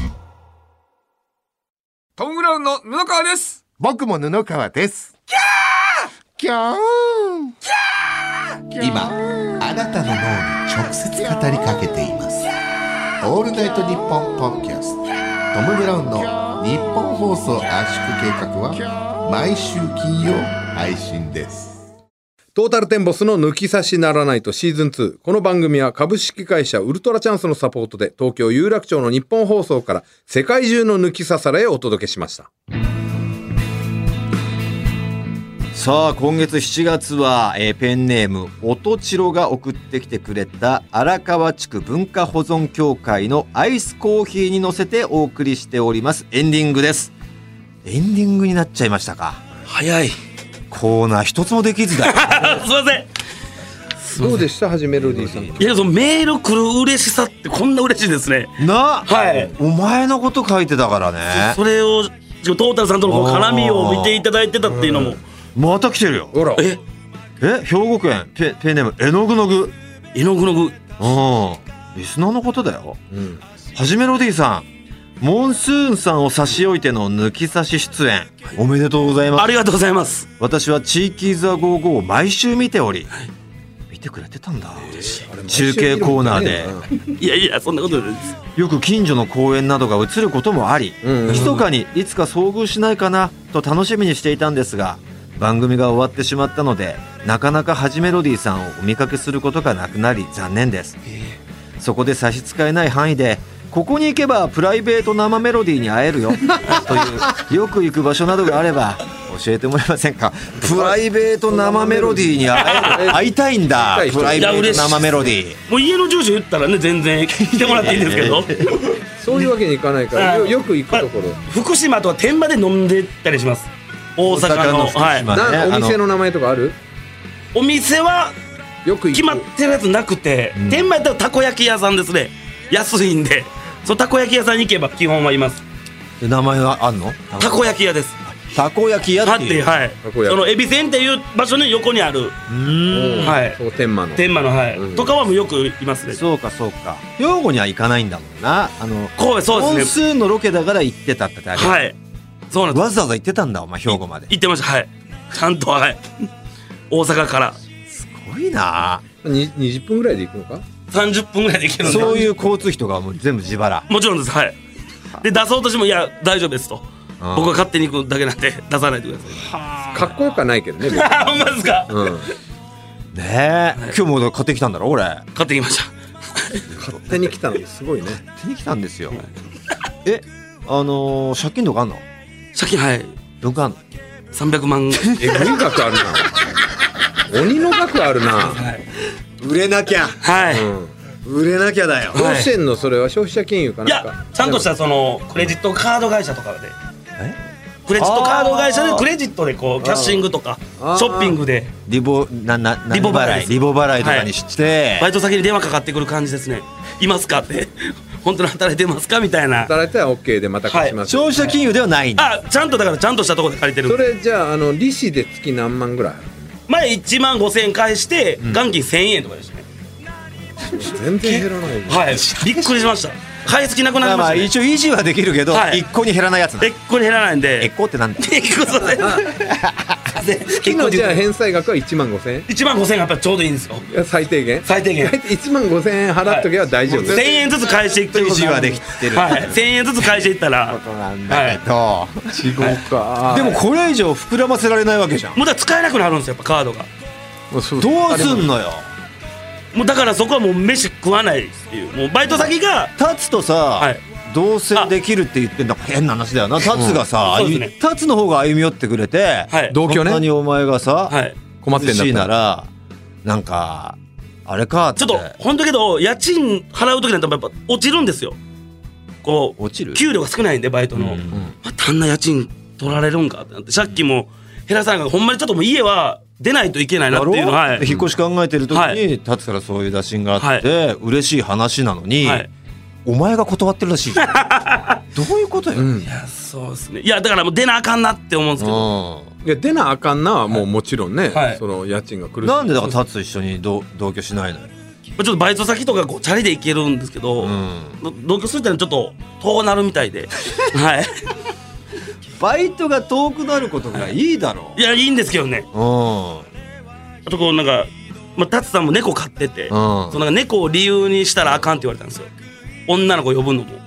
C: トム・ブラウンの布川です。
D: 僕も布川です。キャー今あなたの脳に直接語りかけています。オールナイトニッポンポッドキャスト、トム・ブラウンの日本放送圧縮計画は毎週金曜配信です。
C: トータルテンボスの抜き差しならないとシーズン2。この番組は株式会社ウルトラチャンスのサポートで東京有楽町の日本放送から世界中の抜き差されをお届けしました。
A: さあ今月7月は、ペンネームおとちろが送ってきてくれた荒川地区文化保存協会のアイスコーヒーに乗せてお送りしております。エンディングです。エンディングになっちゃいましたか。
B: 早い
A: コーナー一つもできずだよ
B: すいません
C: どうでしたはじめロディさん。
B: いやそのメール来る嬉しさってこんな嬉しいですね
A: な、
B: はい
A: お前のこと書いてたからね。
B: それをトータルさんとのこう絡みを見ていただいてたっていうのも
A: また来てるよ。
C: ほら
B: え
A: 兵庫県ペンネーム絵の具の具。
B: 絵の具の具
A: リスナーのことだよ。
C: うん
A: はじめロディさん、モンスーンさんを差し置いての抜き差し出演おめでとうございます。
B: ありがとうございます。
A: 私は地域ザゴーゴーを毎週見ており、見てくれてたんだ。中継コーナーで
B: いやいやそんなことないです。
A: よく近所の公園などが映ることもあり、密かにいつか遭遇しないかなと楽しみにしていたんですが、番組が終わってしまったのでなかなかはじめロディさんをお見かけすることがなくなり残念です。そこで差し支えない範囲で、ここに行けばプライベート生メロディーに会えるよというよく行く場所などがあれば教えてもらえませんか。プライベート生メロディーに会いたいんだ。プライベート生メロディー。
B: もう家の住所言ったらね全然来てもらっていいんですけど
C: そういうわけにいかないからよく行くところ。
B: 福島とは天満で飲んでったりします。大阪の
A: 福島ね、
C: お店の名前とかある？
B: お店は
C: よく行く
B: 決まってるやつなくて、天満やったらたこ焼き屋さんですね。安いんでそうたこ焼き屋さんに行けば基本はいます。
A: 名前はあんの？
B: たこ焼き屋です。
A: たこ焼き屋っていう。
B: はい。
C: たこ焼き
B: その恵比寿園っていう場所の横にあるはい
C: そう天満の
B: 天満のはい、とかはもうよくいますね。
A: そうかそうか。兵庫には行かないんだもんな。
B: 神戸そう
A: モン
B: ですね。
A: スーンのロケだから行ってたってだけ。
B: はい。そうなんです。
A: わざわざ行ってたんだお前兵庫まで。
B: 行ってました。はい。ちゃんとはい。大阪から
A: すごいな。
C: 20分ぐらいで行くのか
B: 30分ぐらいで行けるんで。
A: そういう交通費とかはもう全部自腹。
B: もちろんです。はい。で出そうとしてもいや大丈夫ですと。僕は勝手に行くだけなんで出さないでください。
C: かっこよくはないけどね別に
B: あほんまですか。
A: ねえ、今日も買ってきたんだろ俺。
B: 買ってきました。
C: 勝手に来たのすごいね。
A: 手に来たんですよ。借金とかあんの？
B: 借金はい
A: どんかあんの
B: 300万。
C: えぐい額あるな。鬼の額あるな。
B: はい
A: 売れなきゃ。
B: はい、
A: 売れなきゃだよ。
C: どうしてんのそれは消費者金融か
B: い
C: なんか。
B: やちゃんとしたそのクレジットカード会社とかでクレジットカード会社でクレジットでこうキャッシングとかショッピングで
A: リボ払いとかにして、
B: バイト先に電話かかってくる感じですね。いますかって本当に働いてますかみたいな。
C: 働いては OK でまた貸します。
A: 消費者金融ではないんだ。
B: あちゃんとだからちゃんとしたところで借りてる。
C: それじゃあ利子で月何万ぐらい？
B: 前1万5千円返して元金1000円とかでしたね。
C: 全然減らないね。
B: はいびっくりしました。 買い付きなくなりましたね。
A: 一応維持はできるけど、
B: はい
A: 一個に減らないやつな。
B: 一個に減らないんで。
A: 一個ってなんだ。
B: 一個そうです
C: 月のじゃあ返済額は1万5,000円
B: 1万5,000円がやっぱりちょうどいいんですよ。
C: 最低限
B: 最低限
C: 1万5,000円払っとけば大丈夫、
B: 1000円ずつ返していくという
A: 維持はできてる。
B: はい、1000円ずつ返していったら
A: ことなんだけど、
C: 地獄か、
A: でもこれ以上膨らませられないわけじゃん。
B: もうだから使えなくなるんですよ、やっぱカードが。
C: もうそう
A: どうすんのよ。
B: もうだからそこはもう飯食わないっていう、もうバイト先が
A: タツとさ、
B: はい
A: 同棲できるって言ってんだから変な話だよな。タツがさ、
B: そうですね
A: タツの方が歩み寄ってくれて、
B: はい
C: 同居ね
A: こんなにお前がさ、
B: はい
C: 困ってんだった
A: 苦しいな
C: ら
A: らなんかあれかって
B: ちょっと本当けど家賃払う時なんてやっぱ落ちるんですよ。こう
A: 落ちる。
B: 給料が少ないんでバイトの、またあんな家賃取られるんかってなって、借金も減らさないからほんまにちょっともう家は出ないといけないなっていうのは、はい
A: で引っ越し考えてる時
B: は
A: にタツからそういう打診があって、嬉しい話なのに、
B: はい
A: お前が断ってるらしいじゃん。どういうことよ。
C: うん
B: いやそうですね。いやだからもう出なあかんなって思うんですけど、
C: いや出なあかんなはもうもちろんね、
B: はい
C: その家賃が苦しい
A: なんでだからタツと一緒に同居しないのよ。
B: ちょっとバイト先とかこうチャリで行けるんですけど、同居するってのはちょっと遠なるみたいではい
A: バイトが遠くなることがいいだろ
B: いやいいんですけどね。
A: う。
B: あとこうなんか、タツさんも猫飼ってて、そうなんか猫を理由にしたらあかんって言われたんですよ。女の子呼ぶのも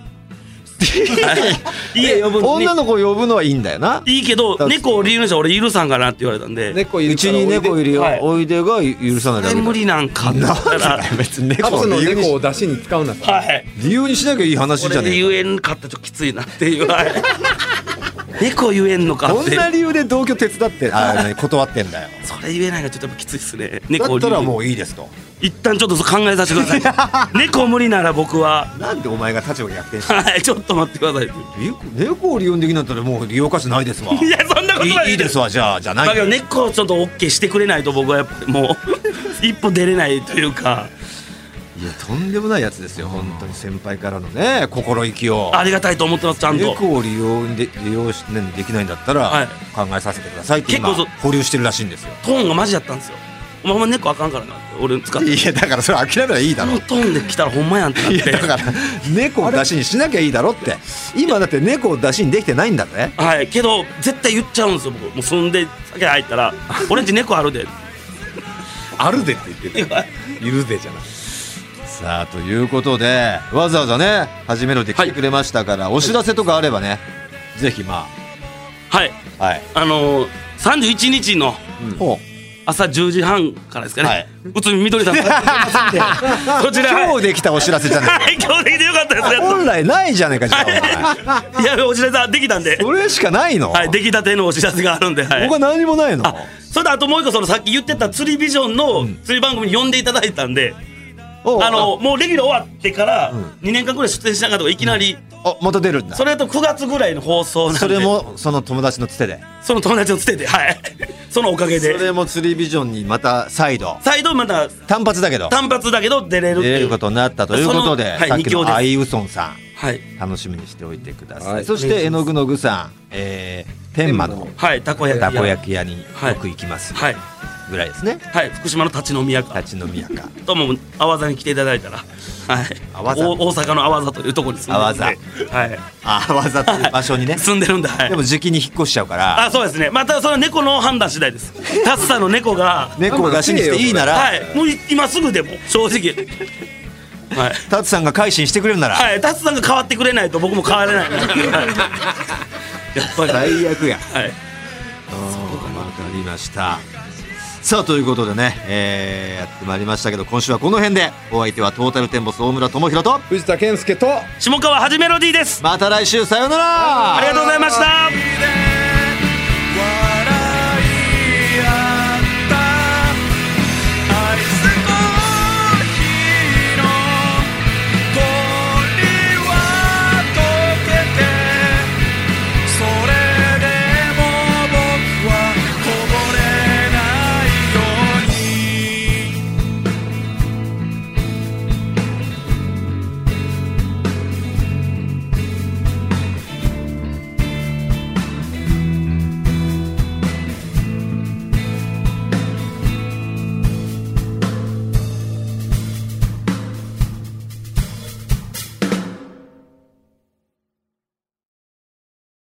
B: 家呼ぶのに
A: 女の子呼ぶのはいいんだよな。
B: いいけど猫を理由にしたら俺許さんかなって言われたんで、
C: 猫いる
A: うちに猫いるよ、
B: はい
A: おいでが許さないだけだ。
B: 無理なんかって言ったら
A: 別に猫
C: タツの
A: を理由に
C: 猫を出しに使うなさ、
B: はい
A: 理由にしなきゃいい話じゃねえか。
B: これで言えんかったらちょっときついなっていうはい猫言えんのかって
A: こんな理由で同居手伝って断ってんだよ。
B: それ言えないからちょっとやっぱきついっすね。
A: だ
B: 猫を理由に
A: ったらもういいですと。
B: 一旦ちょっと考えさせてください猫無理なら僕は
A: なんでお前が立場逆転して
B: はいちょっと待ってくださいって
A: 猫を利用できなかったらもう利用価値ないですわ。
B: いやそんなことない
A: いいですわじゃあない。
B: だけど猫をちょっと OK してくれないと僕はやっぱりもう一歩出れないというか、
A: いやとんでもないやつですよ本当に先輩からのね心意気を。
B: ありがたいと思ってますちゃんと。
A: 猫を利用しできないんだったら、
B: はい
A: 考えさせてくださいって今
B: 結構
A: 保留してるらしいんですよ。
B: トーンがマジだったんですよ。お前猫あかんからなって俺使って
A: いやだからそれ諦めればいいだろ。
B: このトーンで来たらほんまやんってなっ
A: いや
B: て
A: だから猫を出しにしなきゃいいだろって。今だって猫を出しにできてないんだぜ。
B: はいけど絶対言っちゃうんですよ僕。もう住んで酒入ったら俺んち猫あるで
C: あるでって言ってたいるでじゃない。
A: さあということでわざわざね初めので来てくれましたから、お知らせとかあればねぜひま
B: はい
A: あはい、
B: 31日の
A: ほ
B: 朝10時半からですかね、
A: はい
B: 内海みどりさんがやってますんでこち
A: う
B: ら
A: 今日できたお知らせじゃない
B: はい今日できてよかったですやっ
A: 本来ないじゃねえかじゃあお前
B: といやお知らせはできたんで
A: それしかないの、
B: はい出来たてのお知らせがあるんではい
A: 他何もないの。
B: あそれであともう一個そのさっき言ってた釣りビジョンの釣り番組に呼んでいただいたんで、
A: おう
B: もうレギュラー終わってから2年間ぐらい出演しなかったからいきなり、
A: あまた出るんだ。
B: それだと9月ぐらいの放送なんで
A: それもその友達のつてで
B: その友達のつてではいそのおかげ
A: そ
B: で
A: れも釣りビジョンにまた再度
B: 再度また
A: 単発だけど
B: 単発だけど出れるっていう
A: 出れることになったということで、
B: そのはい
A: さっき
B: 二強です
A: のアイウソンさん
B: はい
A: 楽しみにしておいてください、
C: はい
A: そして絵の具の具さん、天満の
B: はいたこ焼き屋
A: たこ焼き屋によく行きます
B: はい
A: ぐらいですね。
B: はい福島の立ち飲み屋か
A: 立ち飲み屋か
B: とも阿波座に来ていただいたらはい
A: 阿波座
B: 大阪の阿波座というところに住んでるんではい
A: あわざという場所にね
B: 住んでるんではい
A: でも時期に引っ越しちゃうから
B: あそうですねまたその猫の判断次第ですタツさんの猫が
A: 猫を出しにしていいなら、
B: はいもう今すぐでも正直はい
A: タツさんが改心してくれるなら、
B: はいタツさんが変わってくれないと僕も変われないはいやっぱり
A: 最悪や。
B: はい
A: わかりました。さあということでね、やってまいりましたけど今週はこの辺でお相手はトータルテンボス大村智広と
C: 藤田健介と
B: 下川はじメロディーです
A: また来週さようなら。
B: ありがとうございました